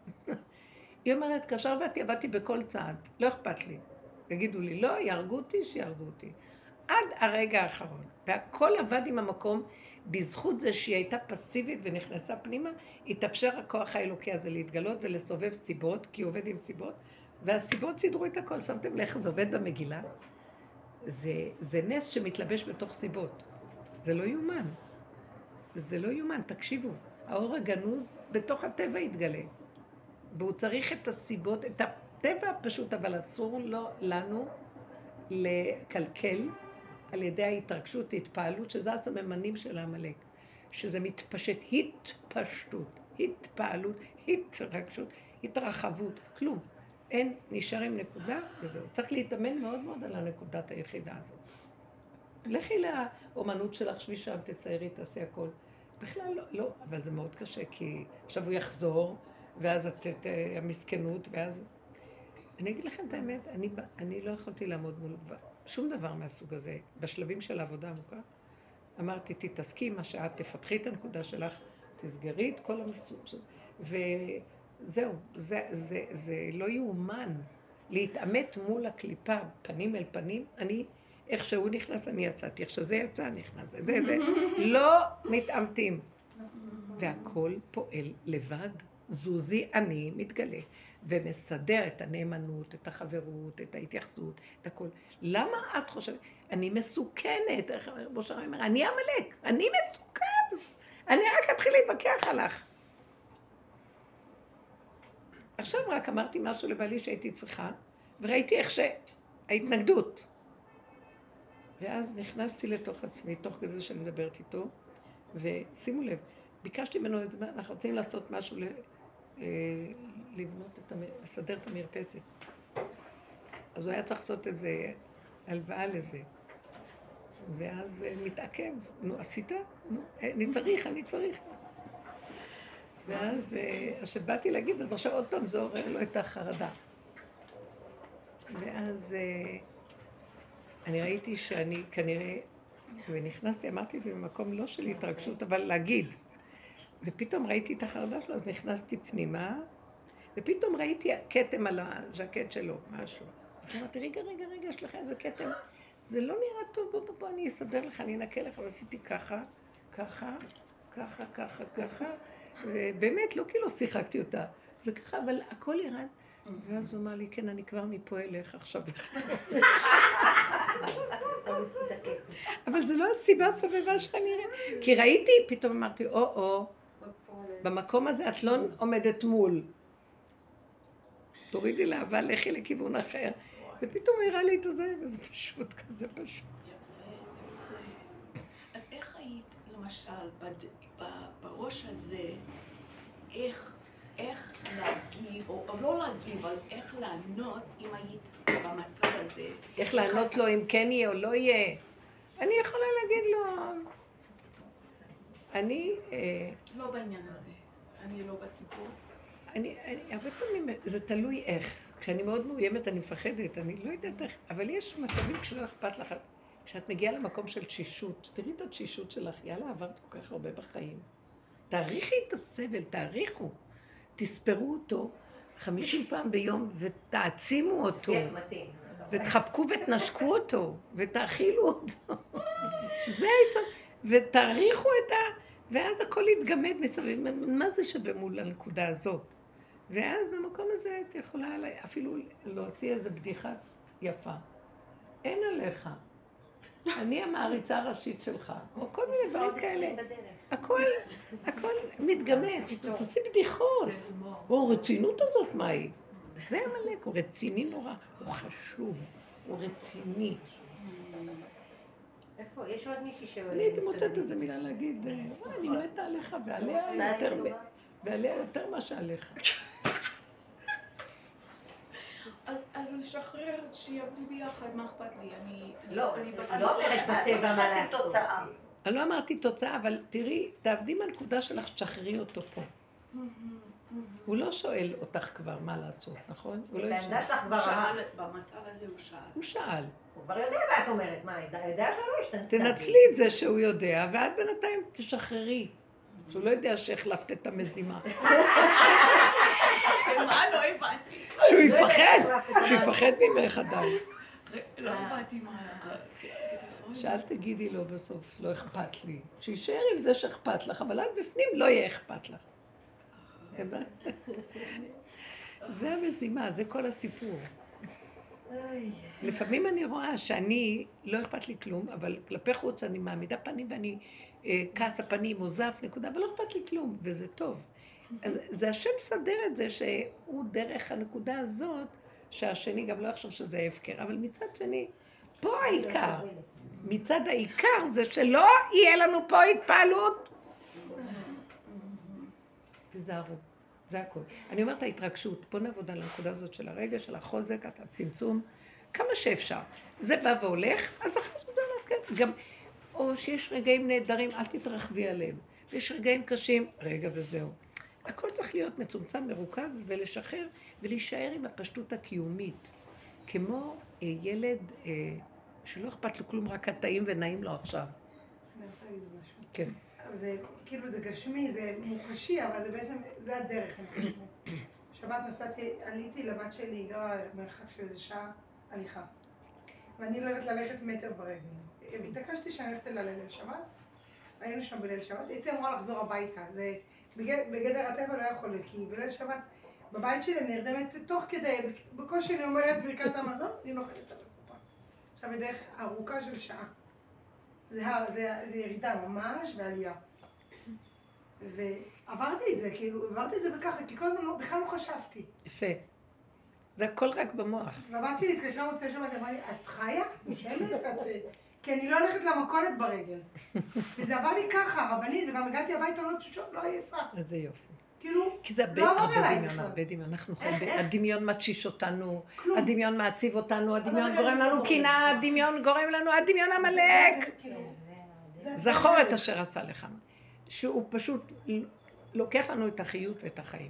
היא אומרת, כאשר עבדתי, עבדתי בכל צעד, לא אכפת לי. יגידו לי, לא, יהרגו אותי, שיהרגו אותי. עד הרגע האחרון. והכל עבד עם המקום, בזכות זה שהיא הייתה פסיבית ונכנסה פנימה, התאפשר הכוח האלוקי הזה להתגלות ולסובב סיבות, כי הוא עובד עם סיבות, והסיבות סידרו את הכל. שמתם לך, זה עובד במגילה. זה, זה נס שמתלבש בתוך סיבות. זה לא יומן. זה לא יומן, תקשיבו. האור הגנוז בתוך הטבע יתגלה. והוא צריך את הסיבות, את הטבע פשוט, אבל אסור לו, לנו לקלקל על ידי ההתרגשות, התפעלות, שזה הסממנים של העמלק. שזה מתפשט, התפשטות, התפעלות, התרגשות, התרחבות, כלום. אין, נשאר עם נקודה, וזהו. צריך להתאמן מאוד מאוד על הנקודת היחידה הזאת. לכי לאומנות שלך, שבי שם, תציירי, תעשי הכל. בכלל לא, לא, אבל זה מאוד קשה, כי עכשיו הוא יחזור, ואז את, את המסכנות, ואז... אני אגיד לכם את האמת, אני, אני לא יכולתי לעמוד מול שום דבר מהסוג הזה. בשלבים של העבודה עמוקה, אמרתי, תתעסקי מה שאת, תפתחי את הנקודה שלך, תסגרי את כל המסוג, וזהו, זה, זה, זה לא יאומן. להתעמת מול הקליפה, פנים אל פנים, אני, איך שהוא נכנס, אני יצאתי, איך שזה יצא, נכנס, זה, זה, לא מתעמתים. והכל פועל לבד. זוזי אני מתגלה ומסדר את הנאמנות, את החברות, את ההתייחסות, את הכל. למה את חושבת? אני מסוכנת, איך בושר אומר, אני עמלק, אני מסוכן. אני רק אתחיל להתווכח עליך. עכשיו רק אמרתי משהו לבעלי שהייתי צריכה, וראיתי איך שההתנגדות. ואז נכנסתי לתוך עצמי, תוך כזה שאני מדברת איתו, ושימו לב, ביקשתי ממנו את זה, אנחנו רוצים לעשות משהו, לבנות את המר... לסדר את המרפסת. אז הוא היה צריך לעשות איזה הלוואה לזה. ואז מתעכב, נו, עשית? נו, אני צריך, אני צריך. ואז כשבאתי להגיד, אז עכשיו עוד פעם זה עורר לו את החרדה. ואז אני ראיתי שאני כנראה, ונכנסתי, אמרתי את זה במקום לא של התרגשות, אבל להגיד. ופתאום ראיתי את החרדה שלו, אז נכנסתי פנימה, ופתאום ראיתי כתם על הז'קט שלו, משהו. אמרתי, רגע, רגע, רגע, יש לך איזה כתם. זה לא נראה טוב, בוא, בוא, בוא, אני אסדר לך, אני אנקה לך, ועשיתי ככה, ככה, ככה, ככה, ככה, ובאמת, לא כאילו שיחקתי אותה, וככה, אבל הכל ירד. ואז הוא אמר לי, כן, אני כבר מפה אלך עכשיו. אבל זה לא הסיבה הסובבה שאני רואה. כי ראיתי, פתאום אמרתי, או-או, במקום הזה את לא עומדת מול. תורידי לאהבה, לכי לכיוון אחר. ופתאום הוא הראה לי את זה, וזה פשוט כזה פשוט. יפה, יפה. אז איך היית, למשל, בד... ב... בראש הזה, איך, איך להגיב, או, או לא להגיב, אבל איך לענות אם היית במצב הזה? איך לענות לו אם כן יהיה או לא יהיה? אני יכולה להגיד לו... אני... לא בעניין הזה. אני לא בסיפור. אני, אני, הרבה פעמים, זה תלוי איך. כשאני מאוד מאוימת, אני מפחדת, אני לא יודעת איך, אבל יש מצבים כשלא אכפת לך. כשאת מגיעה למקום של תשישות, תראי את התשישות שלך, יאללה, עברת כל כך הרבה בחיים. תעריכי את הסבל, תעריכו. תספרו אותו חמישים פעם ביום ותעצימו אותו. ותחבקו ותנשקו אותו, ותאכילו אותו. זה היסוד. ותעריכו את ה... ואז הכל יתגמד מסביב. מה זה שווה מול הנקודה הזאת? ואז במקום הזה את יכולה אפילו להוציא איזו בדיחה יפה. אין עליך. אני המעריצה הראשית שלך, או כל מיני דברים כאלה. הכל, הכל מתגמד. תעשי בדיחות. או רצינות הזאת, מה היא? זה המלך, הוא רציני נורא. הוא חשוב, הוא רציני. איפה? יש עוד מישהי ש... אני הייתי מוצאת איזה מילה להגיד, אני מתה עליך, ועליה יותר... ועליה יותר מה שעליך. אז, אז לשחרר, שיעבדו ביחד, מה אכפת לי? אני... לא, אני אני לא אומרת בטבע מה לעשות. אני לא אמרתי תוצאה, אבל תראי, תעבדי מהנקודה שלך, שתשחררי אותו פה. הוא לא שואל אותך כבר מה לעשות, נכון? הוא לא העמדה שלך כבר שאל, במצב הזה הוא שאל. הוא שאל. הוא כבר יודע מה את אומרת, מה, הידעה שלו לא השתנתה. תנצלי את זה שהוא יודע, ואת בינתיים תשחררי. שהוא לא יודע שהחלפת את המזימה. שמה? לא הבנתי. שהוא יפחד, שהוא יפחד ממך עדיין. לא הבנתי מה... שאל תגידי לו בסוף, לא אכפת לי. שישאר עם זה שאכפת לך, אבל את בפנים לא יהיה אכפת לך. זה המזימה, זה כל הסיפור. לפעמים אני רואה שאני, לא אכפת לי כלום, אבל כלפי חוץ אני מעמידה פנים ואני כעס הפנים, מוזף, נקודה, אבל לא אכפת לי כלום, וזה טוב. אז זה השם סדר את זה שהוא דרך הנקודה הזאת, שהשני גם לא יחשוב שזה הפקר, אבל מצד שני, פה העיקר. מצד העיקר זה שלא יהיה לנו פה התפעלות. תזהרו, זה הכל. אני אומרת ההתרגשות, בוא נעבוד על הנקודה הזאת של הרגע, של החוזק, הצמצום, כמה שאפשר. זה בא והולך, אז אחרי שזה הולך, כן. גם, או שיש רגעים נהדרים, אל תתרחבי עליהם. ויש רגעים קשים, רגע וזהו. הכל צריך להיות מצומצם, מרוכז, ולשחרר, ולהישאר עם הפשטות הקיומית. כמו אה, ילד אה, שלא אכפת לו כלום, רק הטעים ונעים לו עכשיו. אני רוצה להגיד משהו. כן. זה כאילו זה גשמי, זה מוחשי, אבל זה בעצם, זה הדרך. שבת נסעתי, עליתי לבת שלי, היא גרה מרחק של איזה שעה הליכה. ואני לא יודעת ללכת מטר ברגל. והתעקשתי שאני הולכת אליה ליל שבת, היינו שם בליל שבת, הייתי אמורה לחזור הביתה. זה בגדר הטבע לא יכול להיות, כי בליל שבת בבית שלי נרדמת תוך כדי, בקושי אני אומרת ברכת המזון, אני נוחלת על הסופה. עכשיו בדרך ארוכה של שעה. זה, זה, זה ירידה ממש ועלייה. ועברתי את זה, כאילו, עברתי את זה בככה, כי כל הזמן בכלל לא חשבתי. יפה. זה הכל רק במוח. ועברתי להתקשר מוצאי שבת, אמרה לי, את חיה? נושמת? את... כי אני לא הולכת למכולת ברגל. וזה עבר לי ככה, רבנית, וגם הגעתי הביתה לא תשושות, לא עייפה. איזה יופי. כאילו, כי זה לא עבר הרבה עליי דמיון, בכלל. הרבה דמיון. אנחנו איך, חיים, איך? הדמיון מתשיש אותנו, כלום. הדמיון מעציב אותנו, הדמיון אבל גורם זה לנו לא קנאה, זה. הדמיון גורם לנו, הדמיון עמלק. כאילו, זה- זכור את אשר עשה לך. שהוא פשוט לוקח לנו את החיות ואת החיים,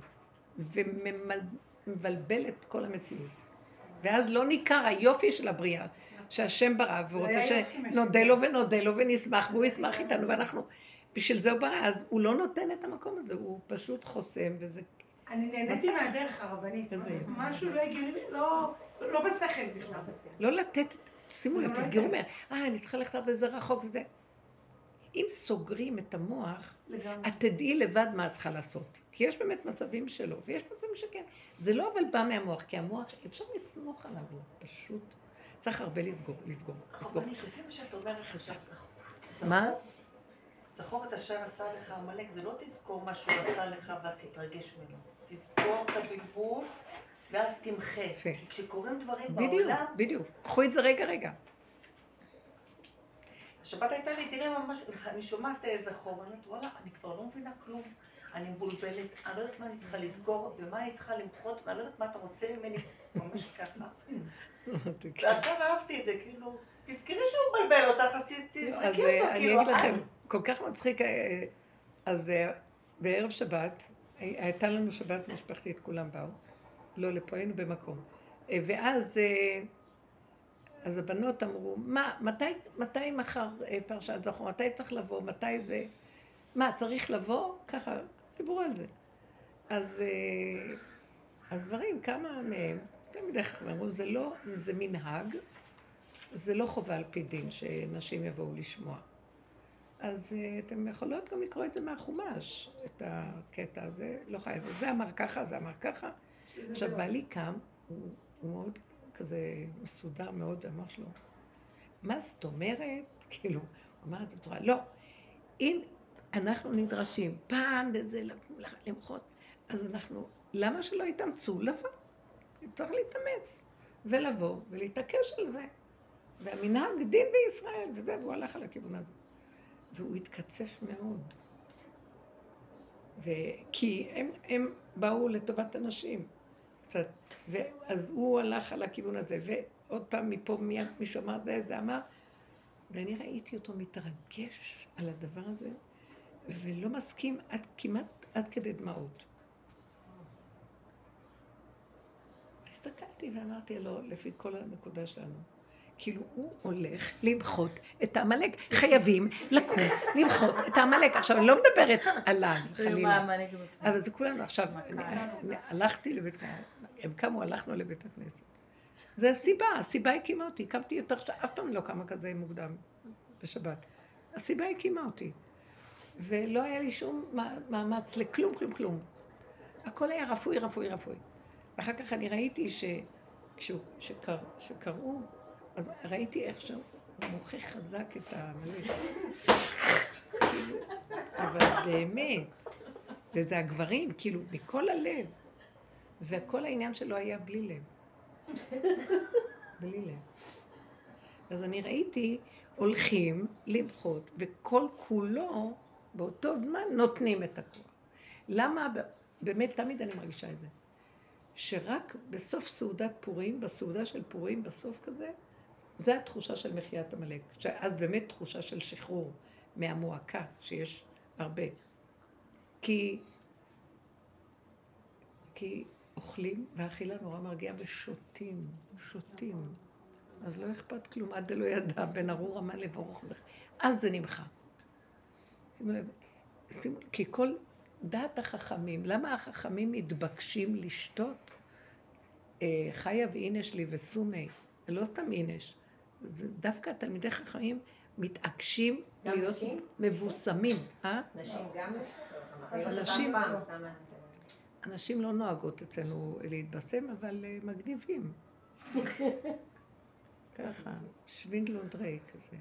ומבלבל את כל המציאות. ואז לא ניכר היופי של הבריאה, שהשם ברא, והוא זה רוצה היה יופי, שנודה לו ונודה לו ונשמח, והוא ישמח איתנו, ואנחנו, בשביל זה הוא ברא, אז הוא לא נותן את המקום הזה, הוא פשוט חוסם, וזה... אני נהניתי מהדרך הרבנית. איזה יופי. משהו לא הגיוני, לא- לא בשכל בכלל. לא לתת, שימו לב, לא תסגרו לתת. מה, אה, אני צריכה ללכת הרבה, זה רחוק וזה. אם סוגרים את המוח, לגמרי. את תדעי לבד מה את צריכה לעשות. כי יש באמת מצבים שלא, ויש מצבים שכן. זה לא אבל בא מהמוח, כי המוח, אפשר לסמוך עליו, הוא פשוט צריך הרבה לסגור, לסגור, לסגור. אבל לפי מה שאת אומרת, חזק. מה? זכור את אשר עשה לך עמלק, זה לא תזכור מה שהוא עשה לך ואז תתרגש ממנו. תזכור את הבלבול ואז תמחה. יפה. כי כשקורים דברים בדיוק, בעולם, בדיוק. קחו את זה רגע, רגע. השבת הייתה לי דילמה ממש, אני שומעת זכור, אני אומרת, וואלה, אני כבר לא מבינה כלום. אני מבולבלת, אני לא יודעת מה אני צריכה לסגור ומה אני צריכה למחות, ואני לא יודעת מה אתה רוצה ממני, ממש ככה. ועכשיו אהבתי את זה, כאילו, תזכרי שהוא מבלבל אותך, אז תזרקי אז אותו, אני כאילו, אגיד לכם, כל כך מצחיק, אה, אז אה, בערב שבת, הי- הייתה לנו שבת משפחתית, כולם באו, לא לפה, היינו במקום. אה, ואז, אה, אז הבנות אמרו, מה, מתי, מתי מחר אה, פרשת זכור, מתי צריך לבוא, מתי זה, מה, צריך לבוא? ככה, דיברו על זה. אז אה, הדברים, כמה מהם, תמיד איך אמרו, זה לא, זה מנהג, זה לא חובה על פי דין שנשים יבואו לשמוע. אז uh, אתם יכולות גם לקרוא את זה מהחומש, את הקטע הזה, לא חייב. זה אמר ככה, זה אמר ככה. עכשיו, בעלי קם, הוא, הוא מאוד כזה מסודר מאוד, אמר שלו, מה זאת אומרת? כאילו, הוא אמר את זה בצורה, לא, אם אנחנו נדרשים פעם בזה למחות, אז אנחנו, למה שלא יתאמצו? לבוא, צריך להתאמץ, ולבוא, ולהתעקש על זה. והמנהג דין בישראל, וזה, והוא הלך על הכיוון הזה. והוא התקצף מאוד. כי הם, הם באו לטובת אנשים, קצת. ואז הוא הלך על הכיוון הזה, ועוד פעם מפה מיד מישהו אמר זה, זה אמר, ואני ראיתי אותו מתרגש על הדבר הזה, ולא מסכים עד, כמעט עד כדי דמעות. הסתכלתי ואמרתי לו, לפי כל הנקודה שלנו, כאילו הוא הולך למחות את העמלק, חייבים לקום למחות את העמלק. עכשיו אני לא מדברת עליו חלילה, אבל זה כולנו עכשיו, הלכתי לבית הכנסת, הם קמו, הלכנו לבית הכנסת. זה הסיבה, הסיבה הקימה אותי, קמתי יותר, אף פעם לא קמה כזה מוקדם בשבת. הסיבה הקימה אותי, ולא היה לי שום מאמץ לכלום, כלום, כלום. הכל היה רפוי, רפוי, רפוי. ואחר כך אני ראיתי שקראו, אז ראיתי איך שהוא מוכח חזק את המלך. כאילו, אבל באמת, זה, זה הגברים, כאילו, מכל הלב. וכל העניין שלו היה בלי לב. בלי לב. אז אני ראיתי, הולכים למחות, וכל כולו, באותו זמן, נותנים את הכוח. למה? באמת, תמיד אני מרגישה את זה. שרק בסוף סעודת פורים, בסעודה של פורים, בסוף כזה, זו התחושה של מחיית עמלק. אז באמת תחושה של שחרור מהמועקה, שיש הרבה. כי, כי אוכלים, והאכילה נורא מרגיעה ושותים, שותים. אז לא אכפת כלום, עד לא ידע, בין ארור המן לברוך לך. אז זה נמחה. שימו לב, שימו, כי כל דעת החכמים, למה החכמים מתבקשים לשתות? אה, חיה ואינש לי וסומי, זה לא סתם אינש. זה דווקא תלמידי חכמים מתעקשים להיות נשים? מבוסמים. אה? נשים גם? אנשים, אנשים לא נוהגות אצלנו להתבשם, אבל uh, מגניבים. ככה, שווינדלונדרי כזה.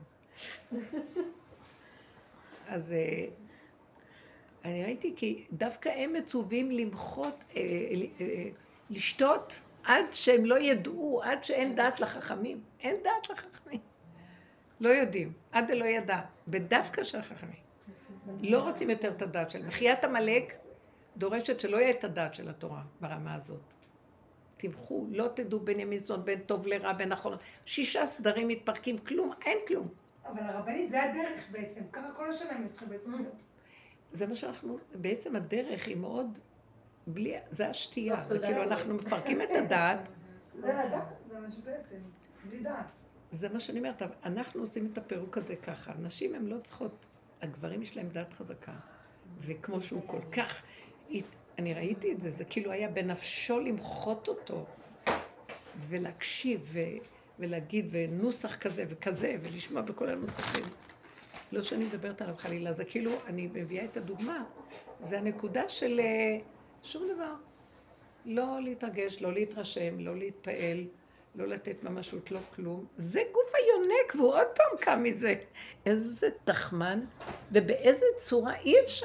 אז uh, אני ראיתי כי דווקא הם מצווים למחות, uh, uh, uh, לשתות עד שהם לא ידעו, עד שאין דעת לחכמים. אין דעת לחכמים. לא יודעים, עד לא ידע. ודווקא של החכמים. לא רוצים יותר את הדעת של מחיית עמלק, דורשת שלא יהיה את הדעת של התורה ברמה הזאת. תמחו, לא תדעו בין ימין ושמאל, בין טוב לרע, בין נכון. שישה סדרים מתפרקים, כלום, אין כלום. אבל הרבנית זה הדרך בעצם, ככה כל השנה הם צריכים בעצם להיות. זה מה שאנחנו, בעצם הדרך היא מאוד, בלי, זה השתייה, זה כאילו אנחנו מפרקים את הדעת. זה הדעת, זה מה שבעצם, בלי דעת. זה מה שאני אומרת, אנחנו עושים את הפירוק הזה ככה. נשים הן לא צריכות, הגברים יש להם דעת חזקה. וכמו שהוא כל כך, אני ראיתי את זה, זה כאילו היה בנפשו למחות אותו, ולהקשיב, ו, ולהגיד, ונוסח כזה וכזה, ולשמוע בכל הנוסחים. לא שאני מדברת עליו חלילה, זה כאילו, אני מביאה את הדוגמה, זה הנקודה של שום דבר. לא להתרגש, לא להתרשם, לא להתפעל, לא לתת ממשות, לא כלום. זה גוף היונק, והוא עוד פעם קם מזה. איזה תחמן, ובאיזה צורה אי אפשר.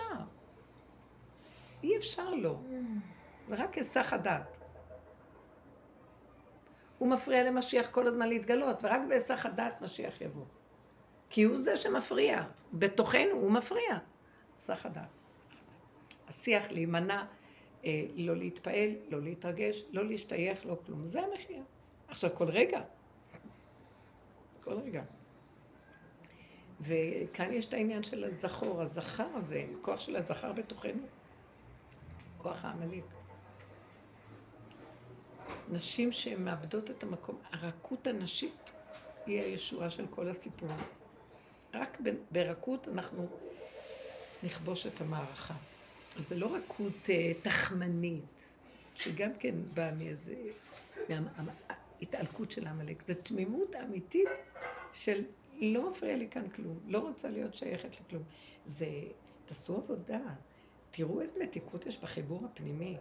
אי אפשר לו. זה רק היסח הדעת. הוא מפריע למשיח כל הזמן להתגלות, ורק בהיסח הדעת משיח יבוא. כי הוא זה שמפריע. בתוכנו הוא מפריע. היסח הדעת. השיח להימנע, אה, לא להתפעל, לא להתרגש, לא להשתייך, לא כלום. זה המחיר. עכשיו, כל רגע. כל רגע. וכאן יש את העניין של הזכור, הזכר הזה, כוח של הזכר בתוכנו. כוח העמלק. נשים שהן מאבדות את המקום, הרכות הנשית היא הישועה של כל הסיפור. רק ברכות אנחנו נכבוש את המערכה. זה לא רכות uh, תחמנית, שגם כן באה מאיזה, מההתעלקות של העמלק. זו תמימות אמיתית של לא מפריע לי כאן כלום, לא רוצה להיות שייכת לכלום. זה, תעשו עבודה, תראו איזה מתיקות יש בחיבור הפנימי.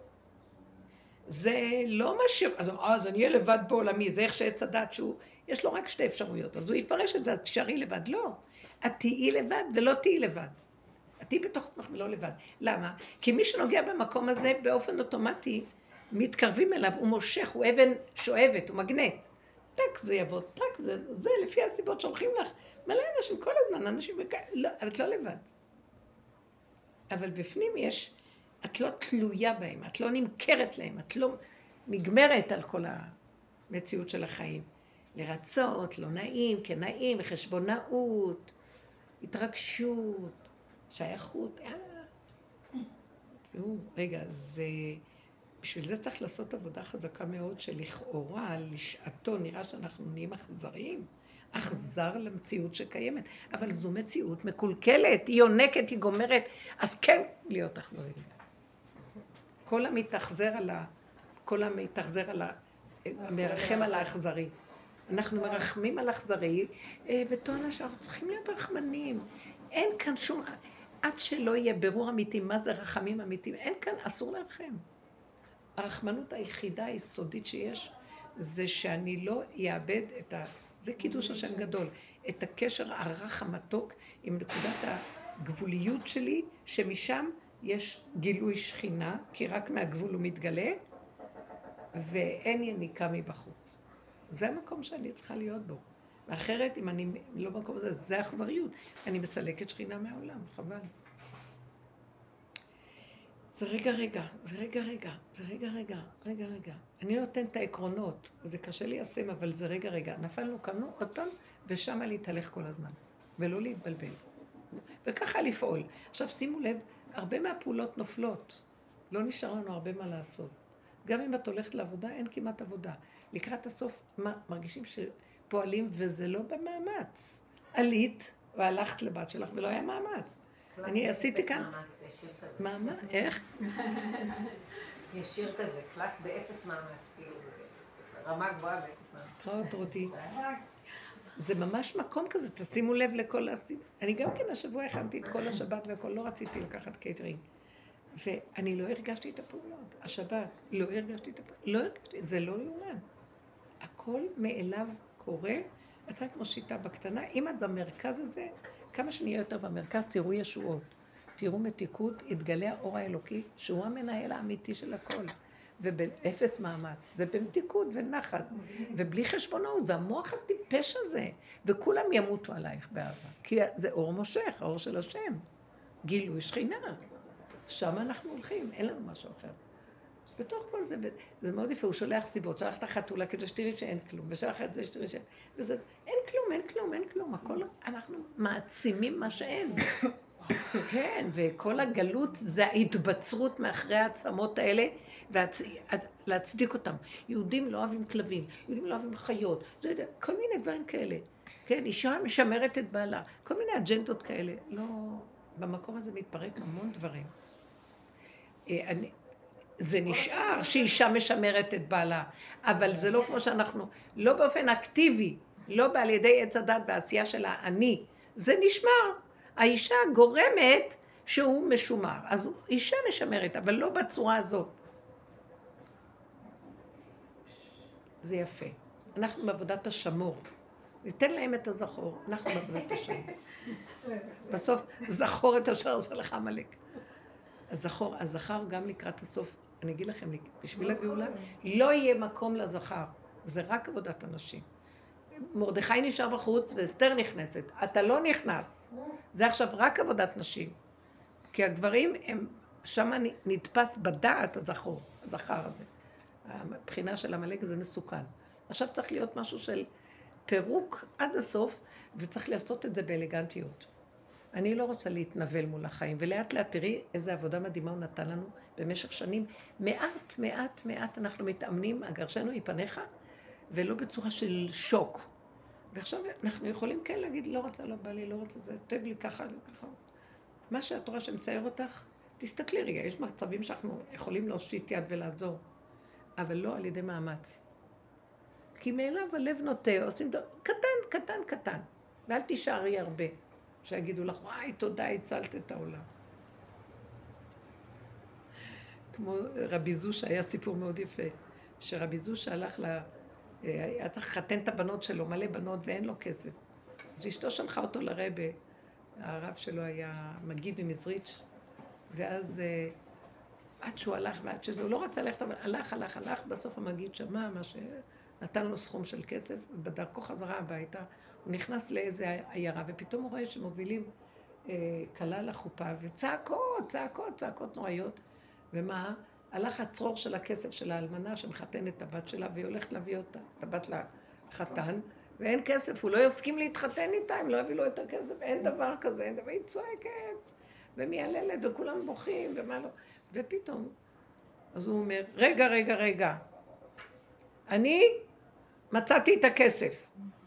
זה לא מה ש... אז, אז אני אהיה לבד בעולמי, זה איך שעץ הדת שהוא... יש לו רק שתי אפשרויות, אז הוא יפרש את זה, אז תשארי לבד. לא, את תהיי לבד ולא תהיי לבד. את תהיי בתוך עצמך ולא לבד. למה? כי מי שנוגע במקום הזה באופן אוטומטי, מתקרבים אליו, הוא מושך, הוא אבן שואבת, הוא מגנט. טק זה יבוא, טק זה, זה לפי הסיבות שהולכים לך. מלא אנשים, כל הזמן, אנשים... לא, אבל את לא לבד. אבל בפנים יש... את לא תלויה בהם, את לא נמכרת להם, את לא נגמרת על כל המציאות של החיים. לרצות, לא נעים, כן נעים, חשבונאות, התרגשות, שייכות. יאללה. רגע, זה... בשביל זה צריך לעשות עבודה חזקה מאוד שלכאורה, לשעתו, נראה שאנחנו נהיים אכזריים, אכזר למציאות שקיימת, אבל זו מציאות מקולקלת, היא יונקת, היא גומרת, אז כן להיות אכזריים. כל המתאכזר על ה... כל המתאכזר על ה... מרחם על האכזרי. אנחנו מרחמים על האכזרי, בטענה שאנחנו צריכים להיות רחמנים. אין כאן שום... עד שלא יהיה ברור אמיתי, מה זה רחמים אמיתיים, אין כאן, אסור לרחם. הרחמנות היחידה היסודית שיש, זה שאני לא יאבד את ה... זה קידוש השם גדול. את הקשר הרך המתוק עם נקודת הגבוליות שלי, שמשם יש גילוי שכינה, כי רק מהגבול הוא מתגלה, ואין יניקה מבחוץ. זה המקום שאני צריכה להיות בו. ואחרת, אם אני לא במקום הזה, זה אכזריות. אני מסלקת שכינה מהעולם, חבל. זה רגע רגע, זה רגע רגע, זה רגע רגע, רגע רגע. אני נותן את העקרונות, זה קשה ליישם, אבל זה רגע רגע. נפלנו, קמנו עוד פעם, ושמה להתהלך כל הזמן. ולא להתבלבל. וככה לפעול. עכשיו שימו לב, הרבה מהפעולות נופלות. לא נשאר לנו הרבה מה לעשות. גם אם את הולכת לעבודה, אין כמעט עבודה. לקראת הסוף, מה, מרגישים שפועלים וזה לא במאמץ. עלית והלכת לבת שלך ולא היה מאמץ. אני עשיתי כאן... מה, מה? איך? יש שיר כזה, קלאס באפס מאמץ, כאילו, רמה גבוהה באפס מאמץ. תראות אותי. זה ממש מקום כזה, תשימו לב לכל הסיב... אני גם כן השבוע הכנתי את כל השבת והכל, לא רציתי לקחת קייטרינג. ואני לא הרגשתי את הפעולות. השבת, לא הרגשתי את הפעולות. לא הרגשתי, זה לא יאומן. הכל מאליו קורה, את רק מושיטה בקטנה. אם את במרכז הזה, כמה שנהיה יותר במרכז, תראו ישועות. תראו מתיקות, יתגלה האור האלוקי, שהוא המנהל האמיתי של הכל. ובאפס מאמץ, ובמתיקות ונחת, ובלי חשבונאות, והמוח הטיפש הזה, וכולם ימותו עלייך באהבה. כי זה אור מושך, האור של השם. גילוי שכינה. שם אנחנו הולכים, אין לנו משהו אחר. בתוך כל זה, זה מאוד יפה, הוא שולח סיבות, שלח את החתולה כדי שתראי שאין כלום, ושלח את זה שתראי שאין, וזה, אין כלום, אין כלום, אין כלום, הכל, אנחנו מעצימים מה שאין. כן, וכל הגלות זה ההתבצרות מאחרי העצמות האלה, ולהצדיק אותם. יהודים לא אוהבים כלבים, יהודים לא אוהבים חיות, זה, זה, כל מיני דברים כאלה. כן, אישה משמרת את בעלה, כל מיני אג'נדות כאלה. לא, במקום הזה מתפרק המון דברים. אני, זה נשאר שאישה משמרת את בעלה, אבל זה לא כמו שאנחנו, לא באופן אקטיבי, לא בעל ידי עץ הדת והעשייה של האני, זה נשמר. האישה גורמת שהוא משומר, אז אישה משמרת, אבל לא בצורה הזאת. זה יפה. אנחנו בעבודת השמור. ניתן להם את הזכור, אנחנו בעבודת השמור. בסוף, זכור את אשר עושה לך עמלק. הזכור, הזכר גם לקראת הסוף, אני אגיד לכם, בשביל הגאולה, לא יהיה מקום לזכר, זה רק עבודת הנשים. מרדכי נשאר בחוץ ואסתר נכנסת, אתה לא נכנס, זה עכשיו רק עבודת נשים, כי הגברים הם, שם נתפס בדעת הזכור, הזכר הזה. הבחינה של עמלק זה מסוכן. עכשיו צריך להיות משהו של פירוק עד הסוף, וצריך לעשות את זה באלגנטיות. אני לא רוצה להתנבל מול החיים, ולאט לאט תראי איזה עבודה מדהימה הוא נתן לנו במשך שנים. מעט, מעט, מעט אנחנו מתאמנים, הגרשנו מפניך, ולא בצורה של שוק. ועכשיו אנחנו יכולים כן להגיד, לא רוצה, לא בא לי, לא רוצה, זה טוב לי ככה, לא ככה. מה שאת רואה שמצייר אותך, תסתכלי רגע, יש מצבים שאנחנו יכולים להושיט יד ולעזור, אבל לא על ידי מאמץ. כי מאליו הלב נוטה, עושים דבר קטן, קטן, קטן, ואל תישארי הרבה. שיגידו לך, וואי, תודה, הצלת את העולם. כמו רבי זושה, היה סיפור מאוד יפה, שרבי זושה הלך ל... היה צריך לחתן את הבנות שלו, מלא בנות, ואין לו כסף. אז אשתו שלחה אותו לרבה, הרב שלו היה מגיד ממזריץ', ואז עד שהוא הלך ועד שזה, הוא לא רצה ללכת, אבל הלך, הלך, הלך, בסוף המגיד שמע מה שנתן לו סכום של כסף, ובדרכו חזרה הביתה, הוא נכנס לאיזה עיירה, ופתאום הוא רואה שמובילים אה, קלה לחופה, וצעקות, צעקות, צעקות נוראיות. ומה? הלך הצרור של הכסף של האלמנה שמחתנת את הבת שלה, והיא הולכת להביא אותה, את הבת לחתן, ואין כסף, הוא לא יסכים להתחתן איתה, הם לא יביא לו את הכסף, אין דבר כזה, אין דבר, היא צועקת, ומיייללת, וכולם בוכים, ומה לא. ופתאום, אז הוא אומר, רגע, רגע, רגע, אני מצאתי את הכסף.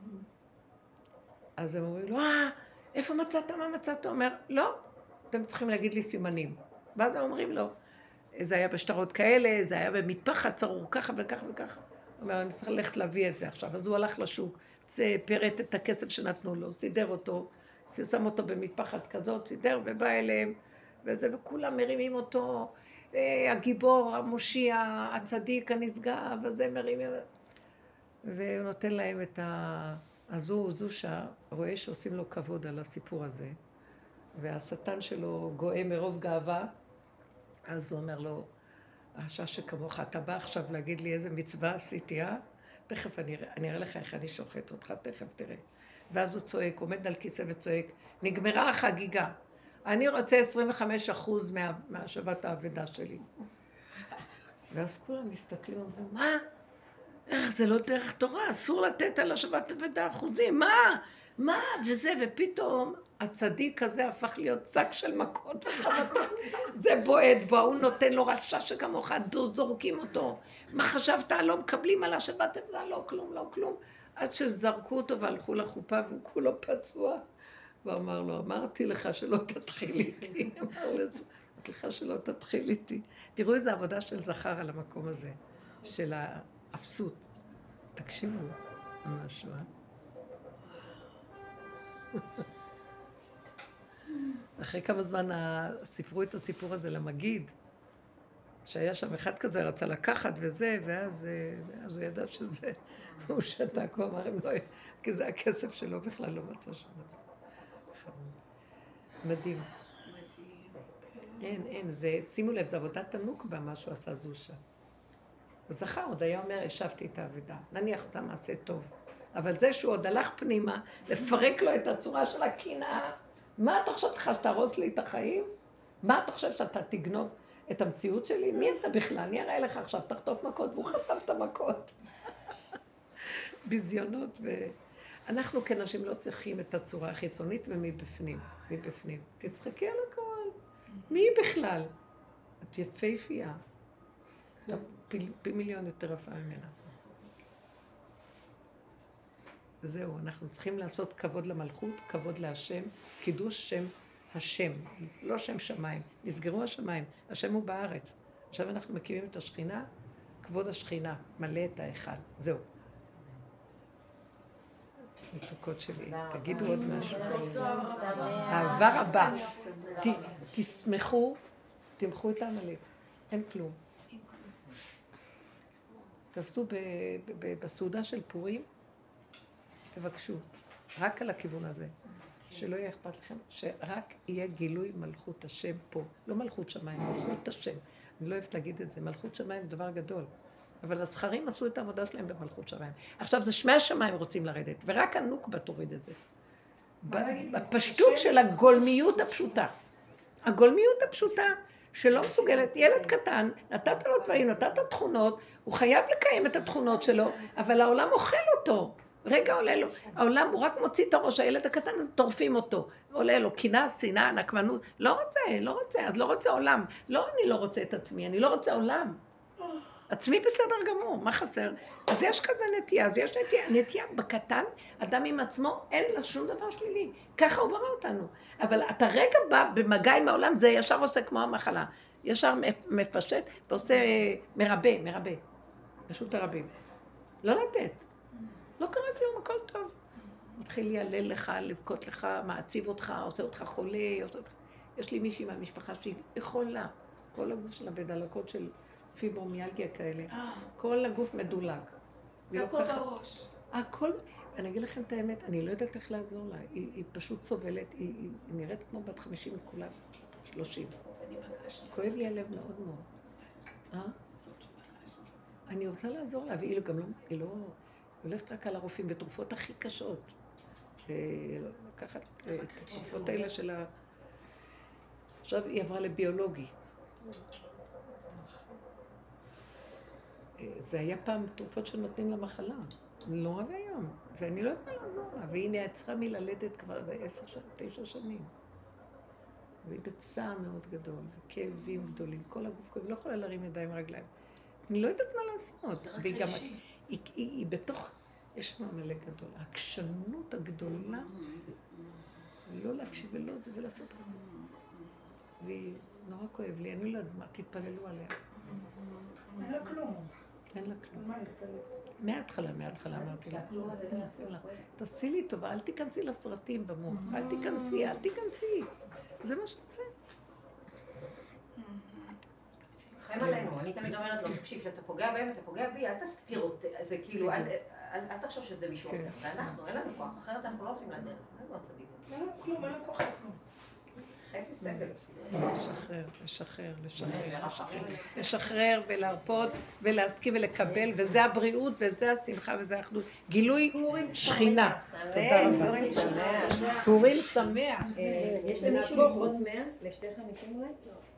אז הם אומרים לו, אה, איפה מצאת, מה מצאת? הוא אומר, לא, אתם צריכים להגיד לי סימנים. ואז הם אומרים לו, זה היה בשטרות כאלה, זה היה במטפחת, צרור ככה וככה וככה. הוא אומר, אני צריך ללכת להביא את זה עכשיו. אז הוא הלך לשוק, פרט את הכסף שנתנו לו, סידר אותו, שם אותו במטפחת כזאת, סידר ובא אליהם, וזה, וכולם מרימים אותו, הגיבור, המושיע, הצדיק, הנשגב, וזה מרימים, והוא נותן להם את ה... אז הוא, זו שרואה שעושים לו כבוד על הסיפור הזה, והשטן שלו גואה מרוב גאווה, אז הוא אומר לו, השעה שכמוך, אתה בא עכשיו להגיד לי איזה מצווה עשיתי, אה? תכף אני, אני אראה לך איך אני שוחט אותך, תכף תראה. ואז הוא צועק, עומד על כיסא וצועק, נגמרה החגיגה, אני רוצה עשרים וחמישה אחוז מה, מהשבת האבדה שלי. ואז כולם מסתכלים ואומרים, מה? איך זה לא דרך תורה, אסור לתת על השבת אבדה אחוזים, מה? מה? וזה, ופתאום הצדיק הזה הפך להיות שק של מכות וחבטה. זה בועט בו, הוא נותן לו רשע שכמוך, זורקים אותו. מה חשבת? לא מקבלים על השבת אבדה, לא כלום, לא כלום. עד שזרקו אותו והלכו לחופה והוא כולו פצוע. ואמר לו, אמרתי לך שלא תתחיל איתי. אמר לו, אמרתי לך שלא תתחיל איתי. תראו איזו עבודה של זכר על המקום הזה, של האפסות. תקשיבו, משהו, אה? אחרי כמה זמן סיפרו את הסיפור הזה למגיד, שהיה שם אחד כזה, רצה לקחת וזה, ואז, ואז הוא ידע שזה, הוא שתק, הוא אמר, לא, כי זה הכסף שלו, בכלל לא מצא שם. מדהים. אין, אין, זה, שימו לב, זה עבודת הנוקבה, מה שהוא עשה זושה. זכר עוד היה אומר, השבתי את העבודה, נניח זה מעשה טוב. אבל זה שהוא עוד הלך פנימה, לפרק לו את הצורה של הקנאה, מה אתה חושב לך שתהרוס לי את החיים? מה אתה חושב שאתה תגנוב את המציאות שלי? מי אתה בכלל? אני אראה לך עכשיו, תחטוף מכות, והוא חטף את המכות. בזיונות ו... אנחנו כנשים לא צריכים את הצורה החיצונית ומבפנים, מבפנים. תצחקי על הכל. מי בכלל? את יפהפייה. אתה פי, פי מיליון יותר יפה ממנה. זהו, אנחנו צריכים לעשות כבוד למלכות, כבוד להשם, קידוש שם השם, לא שם שמיים. נסגרו השמיים, השם הוא בארץ. עכשיו אנחנו מקימים את השכינה, כבוד השכינה, מלא את ההיכל. זהו. מתוקות שלי, תגידו עוד משהו. אהבה רבה. תשמחו, תמחו את העמלק. אין כלום. תעשו בסעודה של פורים, תבקשו, רק על הכיוון הזה, שלא יהיה אכפת לכם, שרק יהיה גילוי מלכות השם פה. לא מלכות שמיים, מלכות השם. אני לא אוהבת להגיד את זה, מלכות שמיים דבר גדול. אבל הזכרים עשו את העבודה שלהם במלכות שמיים. עכשיו זה שמי השמיים רוצים לרדת, ורק הנוקבה תוריד את זה. בפשטות של הגולמיות הפשוטה. הגולמיות הפשוטה, שלא מסוגלת, ילד קטן, נתת לו דברים, נתת תכונות, הוא חייב לקיים את התכונות שלו, אבל העולם אוכל אותו. רגע עולה לו, העולם הוא רק מוציא את הראש, הילד הקטן אז טורפים אותו. עולה לו קינה, שנאה, נקמנות, לא רוצה, לא רוצה, אז לא רוצה עולם. לא, אני לא רוצה את עצמי, אני לא רוצה עולם. עצמי בסדר גמור, מה חסר? אז יש כזה נטייה, אז יש נטייה, נטייה בקטן, אדם עם עצמו, אין לה שום דבר שלילי. ככה הוא ברא אותנו. אבל אתה רגע בא במגע עם העולם, זה ישר עושה כמו המחלה. ישר מפשט ועושה מרבה, מרבה. רשות הרבים. לא לתת. לא קרה כלום, הכל טוב. מתחיל להיעלל לך, לבכות לך, מעציב אותך, עושה אותך חולה, עושה אותך... יש לי מישהי מהמשפחה שהיא חולה. כל הגוף שלה בדלקות של פיברומיאלגיה כאלה. כל הגוף מדולג. זה הכל בראש. הכל... אני אגיד לכם את האמת, אני לא יודעת איך לעזור לה. היא, היא פשוט סובלת, היא, היא נראית כמו בת חמישים מכולם, שלושים. כואב לי הלב מאוד מאוד. אה? אני רוצה לעזור לה, והיא גם לא... היא לא... הולכת רק על הרופאים ותרופות הכי קשות. לקחת את התרופות האלה של ה... עכשיו היא עברה לביולוגי. זה היה פעם תרופות שנותנים למחלה. לא רב היום. ואני לא יכולה לעזור לה. והיא נעצרה מללדת כבר איזה עשר, תשע שנים. והיא בצער מאוד גדול, וכאבים גדולים. כל הגוף כואב, לא יכולה להרים ידיים רגליים. אני לא יודעת מה לעשות. והיא גם... היא, היא, היא בתוך, יש מעמלק גדול, העקשנות הגדולה, לא להקשיב ולא זה ולעשות רבה. והיא נורא כואב לי, אני לא יודעת מה, תתפללו עליה. אין לה כלום. אין לה כלום. מההתחלה, מההתחלה אמרתי לה, תעשי לי טובה, אל תיכנסי לסרטים במוח, אל תיכנסי, אל תיכנסי. זה מה שזה. חיים עלינו, אני תמיד אומרת לו, תקשיב, שאתה פוגע בהם, אתה פוגע בי, אל תסתיר אותי, זה כאילו, אל תחשוב שזה מישהו אחר, ואנחנו, אין לנו כוח, אחרת אנחנו לא הולכים לדרך, אין לנו עצבים. אין לה כלום, אין לה כוח כלום. הייתי סבל. לשחרר, לשחרר, לשחרר, לשחרר, לשחרר ולהרפות ולהסכים ולקבל, וזה הבריאות וזה השמחה וזה האחדות. גילוי שכינה. תודה רבה. פורים שמח. יש למישהו לפרוט מאה? לשתי חמישים אולי?